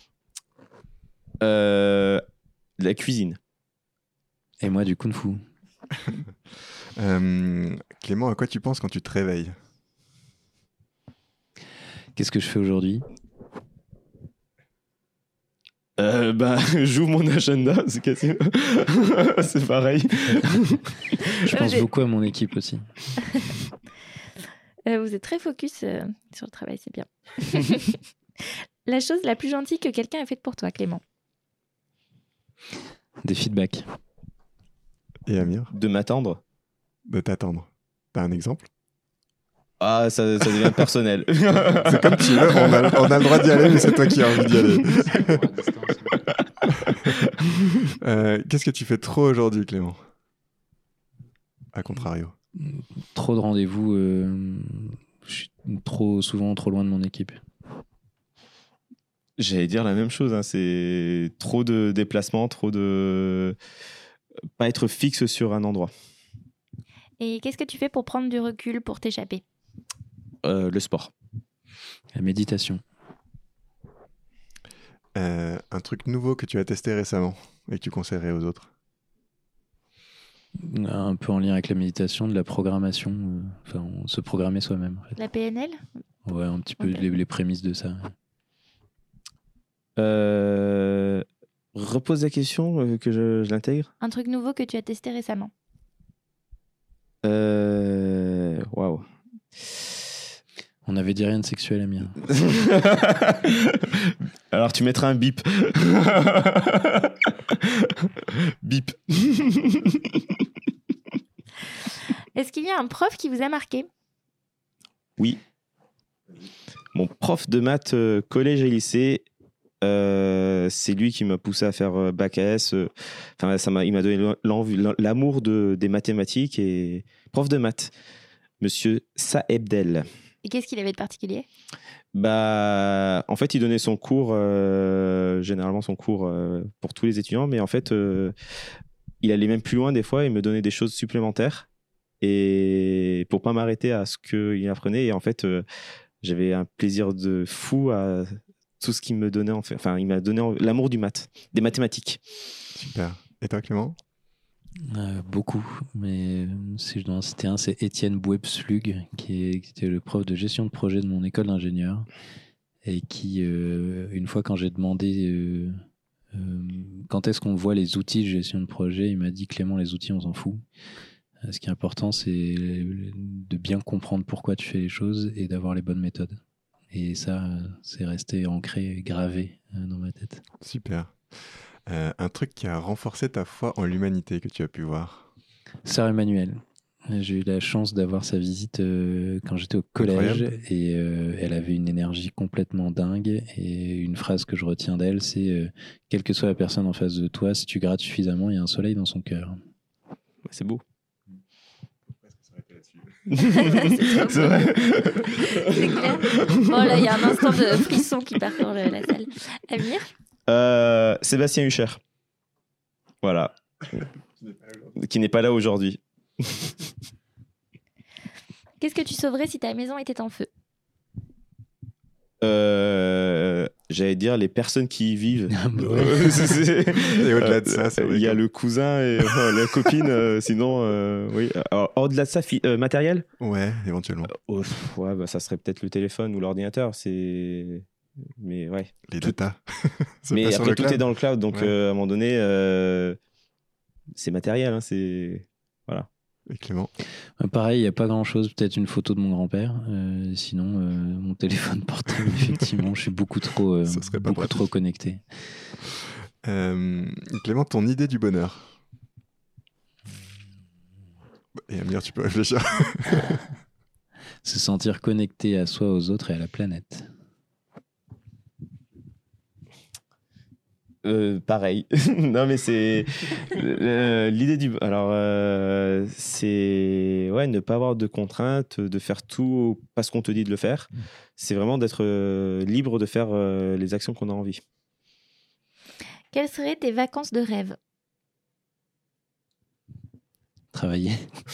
Euh, la cuisine. Et moi, du kung-fu. Euh, Clément, à quoi tu penses quand tu te réveilles? Qu'est-ce que je fais aujourd'hui? Euh, bah, j'ouvre mon agenda, c'est quasiment... c'est pareil. Je pense J'ai- beaucoup à mon équipe aussi. Euh, vous êtes très focus euh, sur le travail, c'est bien. La chose la plus gentille que quelqu'un a faite pour toi, Clément? Des feedbacks. Et Amir, De m'attendre. de t'attendre. T'as un exemple? Ah, ça, ça devient personnel. C'est comme tu veux, on a, on a le droit d'y aller, mais c'est toi qui as envie d'y aller. Euh, Qu'est-ce que tu fais trop aujourd'hui, Clément? A contrario. Trop de rendez-vous. euh, je suis trop souvent trop loin de mon équipe. J'allais dire la même chose, hein, c'est trop de déplacements, trop de... Pas être fixe sur un endroit. Et qu'est-ce que tu fais pour prendre du recul, pour t'échapper? Euh, le sport. La méditation. Euh, un truc nouveau que tu as testé récemment et que tu conseillerais aux autres? Un peu en lien avec la méditation, de la programmation. euh, Enfin, on se programmer soi-même. En fait. La P N L? Ouais, un petit peu Ok. les, les prémices de ça. Euh... Repose la question, euh, que je, je l'intègre. Un truc nouveau que tu as testé récemment? Euh... Waouh. On avait dit rien de sexuel, Amir. Alors tu mettras un bip. Bip. Est-ce qu'il y a un prof qui vous a marqué? Oui. Mon prof de maths euh, collège et lycée, euh, c'est lui qui m'a poussé à faire euh, bac à S. euh, Enfin, ça m'a, il m'a donné l'envie, l'amour de, des mathématiques et prof de maths, Monsieur Saebdel. Et qu'est-ce qu'il avait de particulier? Bah, en fait, il donnait son cours, euh, généralement son cours euh, pour tous les étudiants, mais en fait, euh, il allait même plus loin des fois et me donnait des choses supplémentaires et pour pas m'arrêter à ce qu'il apprenait. Et en fait, euh, j'avais un plaisir de fou à tout ce qu'il me donnait. En fait. Enfin, il m'a donné l'amour du maths, des mathématiques. Super. Et toi, Clément? Euh, beaucoup, mais si je dois en citer un, c'est Étienne Bouebslug, qui, est, qui était le prof de gestion de projet de mon école d'ingénieur, et qui, euh, une fois quand j'ai demandé euh, euh, quand est-ce qu'on voit les outils de gestion de projet, il m'a dit Clément, les outils, on s'en fout. Euh, Ce qui est important, c'est de bien comprendre pourquoi tu fais les choses et d'avoir les bonnes méthodes. Et ça, c'est resté ancré, gravé euh, dans ma tête. Super. Euh, un truc qui a renforcé ta foi en l'humanité que tu as pu voir? Sœur Emmanuelle. J'ai eu la chance d'avoir sa visite euh, quand j'étais au collège. Incroyable. Et euh, elle avait une énergie complètement dingue. Et une phrase que je retiens d'elle, c'est euh, quelle que soit la personne en face de toi, si tu grattes suffisamment, il y a un soleil dans son cœur. C'est beau. C'est C'est vrai. C'est clair. Bon, là, il y a un instant de frisson qui parcourt le- la salle. Amir? Euh, Sébastien Hucher. Voilà. Qui n'est pas là aujourd'hui. Qu'est-ce que tu sauverais si ta maison était en feu? Euh, J'allais dire les personnes qui y vivent. Ouais. Euh, c'est- c'est- Et au-delà de ça, c'est euh, vrai il y a que- le cousin et euh, la copine. euh, sinon, euh, oui. Alors, au-delà de ça, fi- euh, matériel. Ouais, éventuellement. Oh, pff, ouais, bah, ça serait peut-être le téléphone ou l'ordinateur. C'est, mais ouais. Les Tout- datas. C'est Mais pas sur après le tout cloud. est dans le cloud, donc Ouais. euh, à un moment donné, euh, c'est matériel. Hein, c'est voilà. Et Clément? Euh, Pareil, il n'y a pas grand-chose. Peut-être une photo de mon grand-père. Euh, sinon, euh, mon téléphone portable, effectivement, je suis beaucoup trop, euh, Ce serait pas beaucoup pratique. trop connecté. Euh, Clément, ton idée du bonheur? Et Amir, tu peux réfléchir. Se sentir connecté à soi, aux autres et à la planète. Euh, pareil. Non, mais c'est euh, l'idée du. Alors, euh, c'est ouais, ne pas avoir de contraintes, de faire tout parce qu'on te dit de le faire. C'est vraiment d'être euh, libre de faire euh, les actions qu'on a envie. Quelles seraient tes vacances de rêve? Travailler.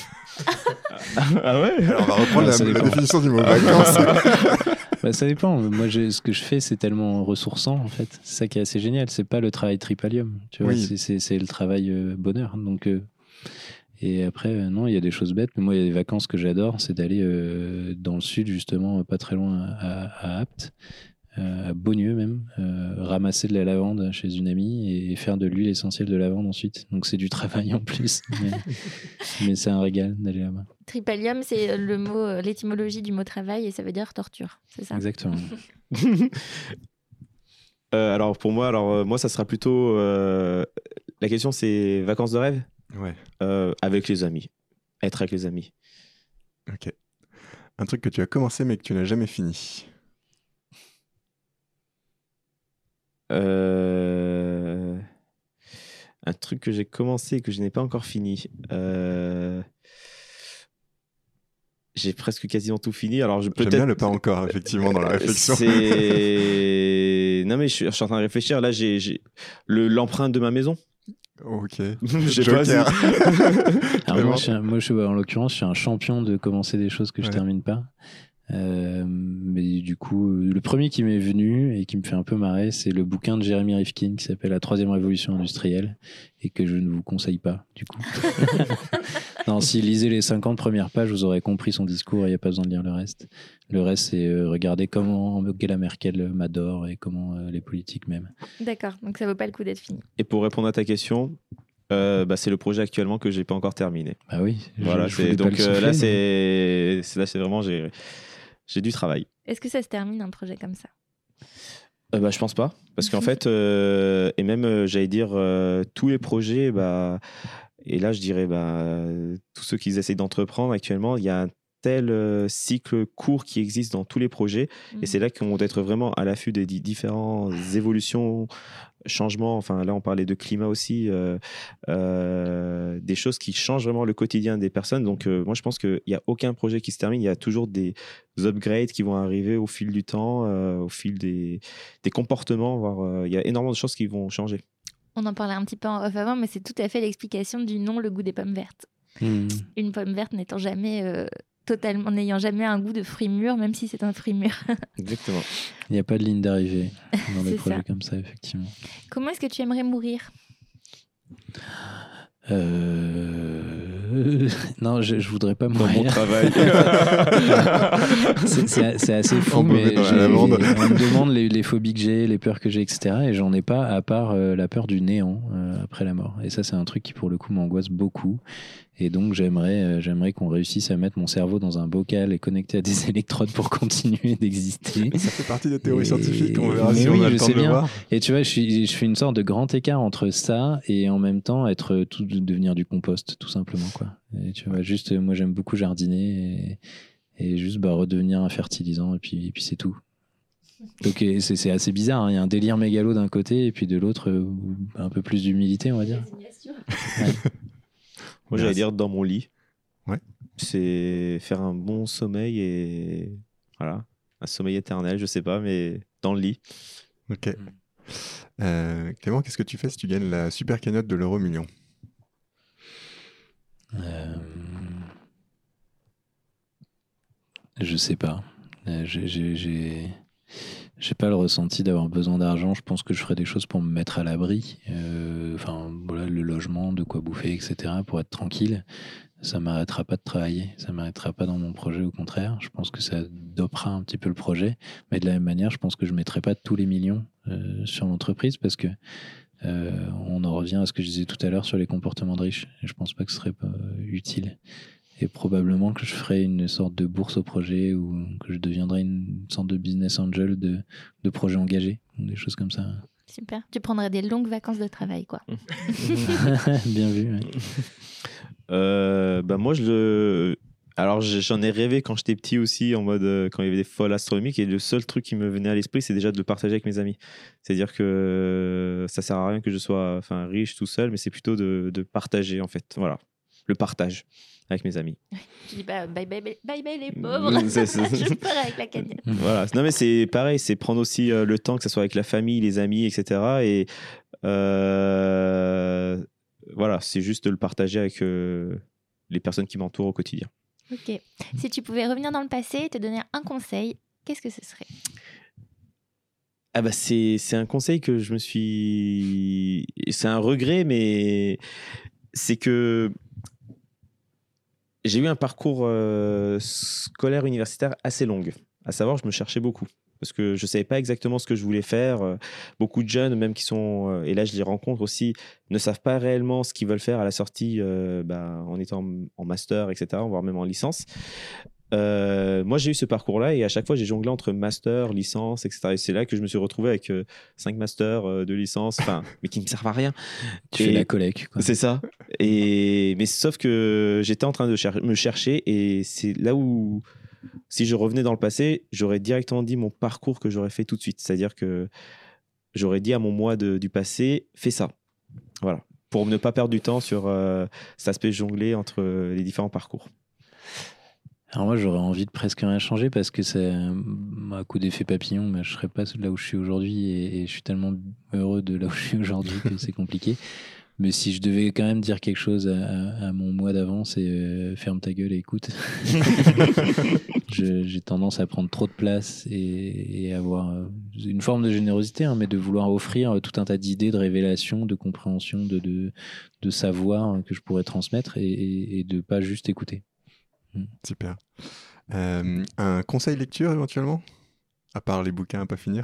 Ah ouais. Alors, on va reprendre Ouais, la, ça la dépend. définition du mot vacances. Bah, ça dépend. Moi, j'ai- ce que je fais, c'est tellement ressourçant, en fait. C'est ça qui est assez génial. C'est pas le travail tripalium. Tu vois, Oui. c'est, c'est, c'est le travail euh, bonheur. Donc, euh, et après, euh, non, il y a des choses bêtes. Mais moi, il y a des vacances que j'adore. C'est d'aller euh, dans le sud, justement, pas très loin à, à Apt, euh, à Beaunieu même, euh, ramasser de la lavande chez une amie et faire de l'huile essentielle de lavande ensuite. Donc, c'est du travail en plus. Mais, mais c'est un régal d'aller là-bas. Tripalium, c'est le mot, euh, l'étymologie du mot travail et ça veut dire torture, c'est ça? Exactement. Euh, alors pour moi, alors euh, moi, ça sera plutôt. euh, La question, c'est vacances de rêve Ouais, euh, avec les amis, être avec les amis. ok. Un truc que tu as commencé mais que tu n'as jamais fini. Euh, Un truc que j'ai commencé et que je n'ai pas encore fini. Euh, J'ai presque quasiment tout fini. Alors je J'aime peut-être. bien le pas encore, effectivement, dans la réflexion. C'est. Non mais je suis, je suis en train de réfléchir. Là, j'ai j'ai le l'empreinte de ma maison. Ok. J'ai pas Joker. Alors Vraiment. moi, je suis un- moi, je suis- en l'occurrence, je suis un champion de commencer des choses que je Ouais. termine pas. Euh, mais du coup, euh, le premier qui m'est venu et qui me fait un peu marrer, c'est le bouquin de Jeremy Rifkin qui s'appelle La troisième révolution industrielle et que je ne vous conseille pas, du coup. Non, si lisez les cinquante premières pages, vous aurez compris son discours et il n'y a pas besoin de lire le reste. Le reste, c'est euh, regarder comment Angela Merkel m'adore et comment euh, les politiques m'aiment. D'accord, donc ça vaut pas le coup d'être fini. Et pour répondre à ta question, euh, bah, c'est le projet actuellement que j'ai pas encore terminé. Bah oui. je- Voilà, je c'est voulais pas donc le euh, souffler, là mais- c'est c'est- là c'est vraiment j'ai j'ai du travail. Est-ce que ça se termine un projet comme ça? Euh, bah, je pense pas, parce qu'en fait, euh, et même euh, j'allais dire euh, tous les projets, bah, et là je dirais bah, euh, tous ceux qui essayent d'entreprendre actuellement, il y a un tel euh, cycle court qui existe dans tous les projets, et c'est là qu'on doit être vraiment à l'affût des di- différentes évolutions, changements. Enfin là on parlait de climat aussi, euh, euh, des choses qui changent vraiment le quotidien des personnes. Donc euh, moi je pense qu'il n'y a aucun projet qui se termine, il y a toujours des upgrades qui vont arriver au fil du temps, euh, au fil des, des comportements, voire euh, il y a énormément de choses qui vont changer. On en parlait un petit peu en off avant, mais c'est tout à fait l'explication du nom, le goût des pommes vertes. Hmm. Une pomme verte n'étant jamais euh, totalement, n'ayant jamais un goût de fruit mûr, même si c'est un fruit mûr. Exactement. Il n'y a pas de ligne d'arrivée dans des C'est projets ça. comme ça, effectivement. Comment est-ce que tu aimerais mourir? Euh... Non, je, je voudrais pas Dans mon mourir. travail. c'est, c'est- c'est assez fou, Embaumé mais dans la j'ai- lavande. on me demande les, les phobies que j'ai, les peurs que j'ai, et cetera. Et j'en ai pas, à part euh, la peur du néant euh, après la mort. Et ça, c'est un truc qui, pour le coup, m'angoisse beaucoup. Et donc, j'aimerais, euh, j'aimerais qu'on réussisse à mettre mon cerveau dans un bocal et connecté à des électrodes pour continuer d'exister. Ça fait partie des théories Et- scientifiques, on verra mais si oui, on a je le temps sais de le bien. voir. Et tu vois, je, suis, je fais une sorte de grand écart entre ça et en même temps être tout, devenir du compost, tout simplement, quoi. Et tu vois, juste, moi, j'aime beaucoup jardiner et, et juste bah, redevenir un fertilisant et puis, et puis c'est tout. Donc et c'est, c'est assez bizarre, hein. Il y a un délire mégalo d'un côté et puis de l'autre, euh, un peu plus d'humilité, on va dire. Moi j'allais dire dans mon lit. Ouais. C'est faire un bon sommeil et voilà, un sommeil éternel, je sais pas, mais dans le lit. Ok. Euh, Clément, qu'est-ce que tu fais si tu gagnes la super cagnotte de l'euro million? Euh, Je sais pas. Euh, j'ai, j'ai, j'ai... j'ai pas le ressenti d'avoir besoin d'argent. Je pense que je ferai des choses pour me mettre à l'abri. Euh, Enfin, voilà, le logement, de quoi bouffer, et cetera, pour être tranquille. Ça m'arrêtera pas de travailler. Ça m'arrêtera pas dans mon projet, au contraire. Je pense que ça dopera un petit peu le projet. Mais de la même manière, je pense que je mettrai pas tous les millions euh, sur l'entreprise parce que euh, on en revient à ce que je disais tout à l'heure sur les comportements de riches. Et je pense pas que ce serait pas utile. Et probablement que je ferai une sorte de bourse au projet ou que je deviendrai une sorte de business angel de, de projets engagés, ou des choses comme ça. Super. Tu prendrais des longues vacances de travail, quoi. Bien vu. Ouais. Euh, bah moi je le Alors j'en ai rêvé quand j'étais petit aussi, en mode euh, quand il y avait des folles astronomiques, et le seul truc qui me venait à l'esprit, c'est déjà de le partager avec mes amis. C'est-à-dire que euh, ça sert à rien que je sois enfin riche tout seul, mais c'est plutôt de, de partager en fait. Voilà, le partage avec mes amis. Tu dis bah, bye, bye, bye, bye bye les pauvres. C'est, c'est... Je pars avec la cagnotte. Voilà. Non mais c'est pareil, c'est prendre aussi euh, le temps, que ce soit avec la famille, les amis, et cetera. Et euh, voilà, c'est juste de le partager avec euh, les personnes qui m'entourent au quotidien. Ok. Si tu pouvais revenir dans le passé et te donner un conseil, qu'est-ce que ce serait ? Ah bah c'est, c'est un conseil que je me suis... C'est un regret, mais c'est que j'ai eu un parcours euh, scolaire universitaire assez long. À savoir, je me cherchais beaucoup. Parce que je ne savais pas exactement ce que je voulais faire. Beaucoup de jeunes, même qui sont, et là je les rencontre aussi, ne savent pas réellement ce qu'ils veulent faire à la sortie euh, bah, en étant en master, et cetera, voire même en licence. Euh, moi, j'ai eu ce parcours-là et à chaque fois, j'ai jonglé entre master, licence, et cetera. Et c'est là que je me suis retrouvé avec euh, cinq masters euh, de licence, mais qui ne me servent à rien. Tu et fais la collecte, quoi. C'est ça. Et, mais sauf que j'étais en train de cher- me chercher et c'est là où... Si je revenais dans le passé, j'aurais directement dit mon parcours que j'aurais fait tout de suite. C'est-à-dire que j'aurais dit à mon moi de, du passé, fais ça. Voilà. Pour ne pas perdre du temps sur euh, cet aspect jonglé entre les différents parcours. Alors moi, j'aurais envie de presque rien changer parce que c'est à coup d'effet papillon, mais je serais pas là où je suis aujourd'hui et, et je suis tellement heureux de là où je suis aujourd'hui que c'est compliqué. Mais si je devais quand même dire quelque chose à, à, à mon moi d'avant, c'est euh, ferme ta gueule et écoute. je, j'ai tendance à prendre trop de place et, et avoir euh, une forme de générosité, hein, mais de vouloir offrir tout un tas d'idées, de révélations, de compréhension, de, de, de savoir que je pourrais transmettre et, et, et de pas juste écouter. Super. Euh, un conseil lecture éventuellement ? À part les bouquins à pas finir.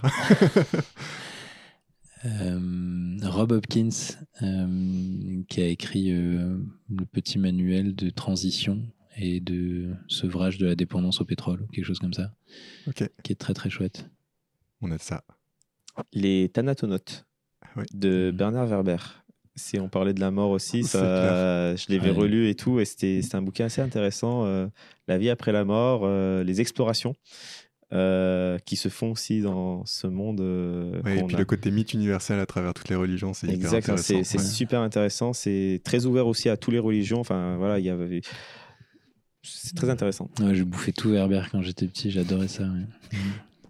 Euh, Rob Hopkins, euh, qui a écrit euh, le petit manuel de transition et de sevrage de la dépendance au pétrole, ou quelque chose comme ça, okay. Qui est très très chouette. On a ça. Les Thanatonautes oui. de Bernard Werber. Si on parlait de la mort aussi, ça, je l'avais ouais. relu et tout, et c'était, c'était un bouquin assez intéressant. Euh, la vie après la mort, euh, les explorations. Euh, qui se font aussi dans ce monde. Euh, ouais, et puis a. Le côté mythe universel à travers toutes les religions, c'est hyper Exactement, intéressant. C'est, c'est ouais. super intéressant. C'est très ouvert aussi à toutes les religions. Enfin, voilà, il y avait... C'est très intéressant. Ouais, je bouffais tout Werber quand j'étais petit, j'adorais ça. Ouais.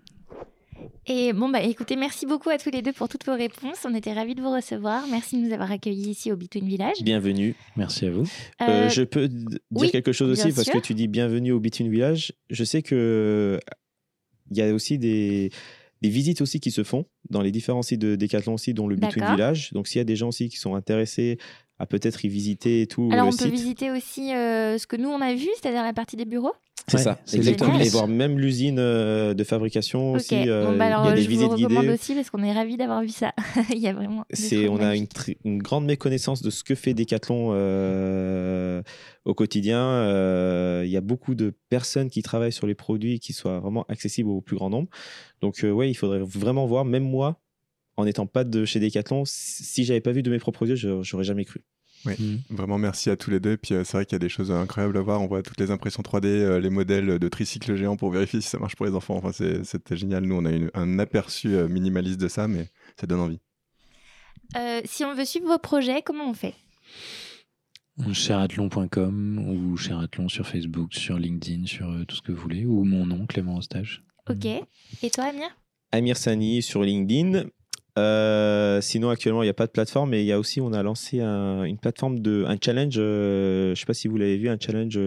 Et bon, bah écoutez, merci beaucoup à tous les deux pour toutes vos réponses. On était ravis de vous recevoir. Merci de nous avoir accueillis ici au Between Village. Bienvenue. Merci à vous. Euh, euh, je peux d- dire oui, quelque chose aussi, parce sûr. que tu dis bienvenue au Between Village. Je sais que il y a aussi des, des visites aussi qui se font dans les différents sites de Decathlon aussi, dont le Between D'accord. Village. Donc, s'il y a des gens aussi qui sont intéressés à peut-être y visiter et tout. Alors, le on site. peut visiter aussi euh, ce que nous, on a vu, c'est-à-dire la partie des bureaux. C'est ouais, ça, c'est exactement. génial. Et voir même l'usine euh, de fabrication okay. aussi. Euh, bon, bah alors, il y a des je visites vous recommande guidées. aussi parce qu'on est ravis d'avoir vu ça. Il y a vraiment. C'est, on a une, tr- une grande méconnaissance de ce que fait Decathlon euh, au quotidien. Euh, il y a beaucoup de personnes qui travaillent sur les produits qui soient vraiment accessibles au plus grand nombre. Donc, euh, ouais, il faudrait vraiment voir. Même moi, en n'étant pas de chez Decathlon, si j'avais pas vu de mes propres yeux, je j'aurais jamais cru. Oui, mmh. Vraiment merci à tous les deux. Et puis euh, c'est vrai qu'il y a des choses incroyables à voir. On voit toutes les impressions trois D, euh, les modèles de tricycle géants pour vérifier si ça marche pour les enfants. Enfin, c'est, c'était génial. Nous, on a une, un aperçu euh, minimaliste de ça, mais ça donne envie. Euh, si on veut suivre vos projets, comment on fait ? Cherathlon point com ou Cherathlon sur Facebook, sur LinkedIn, sur euh, tout ce que vous voulez, ou mon nom, Clément Eustache. Ok. Et toi, Amir ? Amir Sani sur LinkedIn. Euh, sinon, actuellement, il n'y a pas de plateforme, mais il y a aussi, on a lancé un, une plateforme de, un challenge. Euh, je ne sais pas si vous l'avez vu, un challenge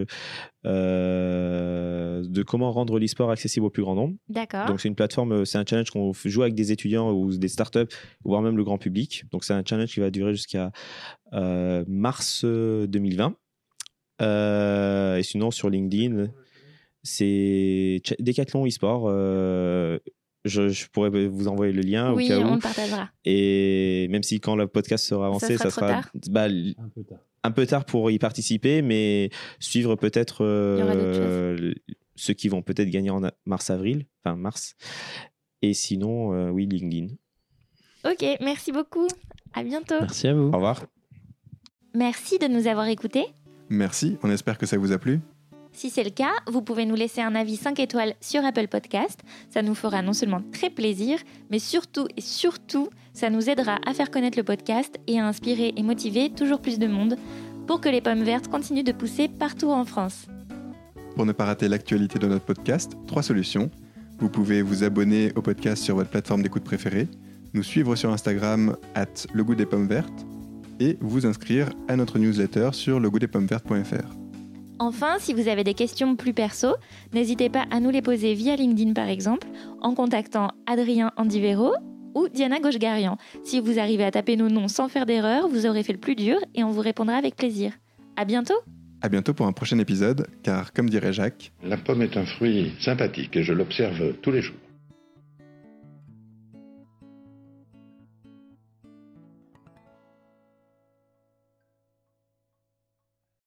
euh, de comment rendre l'e-sport accessible au plus grand nombre. D'accord. Donc, c'est une plateforme, c'est un challenge qu'on joue avec des étudiants ou des startups, voire même le grand public. Donc, c'est un challenge qui va durer jusqu'à euh, mars deux mille vingt. Euh, et sinon, sur LinkedIn, c'est Decathlon e-sport. Euh, Je, je pourrais vous envoyer le lien oui, au cas où. Oui, on le partagera. Et même si quand le podcast sera avancé, ça sera, ça sera bah, un, peu tard. un peu tard pour y participer, mais suivre peut-être euh, ceux qui vont peut-être gagner en mars-avril, enfin mars. Et sinon, euh, oui, LinkedIn. Ok, merci beaucoup. À bientôt. Merci à vous. Au revoir. Merci de nous avoir écoutés. Merci, on espère que ça vous a plu. Si c'est le cas, vous pouvez nous laisser un avis cinq étoiles sur Apple Podcast. Ça nous fera non seulement très plaisir, mais surtout et surtout, ça nous aidera à faire connaître le podcast et à inspirer et motiver toujours plus de monde pour que les pommes vertes continuent de pousser partout en France. Pour ne pas rater l'actualité de notre podcast, trois solutions. Vous pouvez vous abonner au podcast sur votre plateforme d'écoute préférée, nous suivre sur Instagram arobase le goût des pommes vertes et vous inscrire à notre newsletter sur le goût des pommes vertes point f r. Enfin, si vous avez des questions plus perso, n'hésitez pas à nous les poser via LinkedIn par exemple, en contactant Adrien Andivero ou Diana Gauchegarian. Si vous arrivez à taper nos noms sans faire d'erreur, vous aurez fait le plus dur et on vous répondra avec plaisir. À bientôt! À bientôt pour un prochain épisode, car comme dirait Jacques, la pomme est un fruit sympathique et je l'observe tous les jours.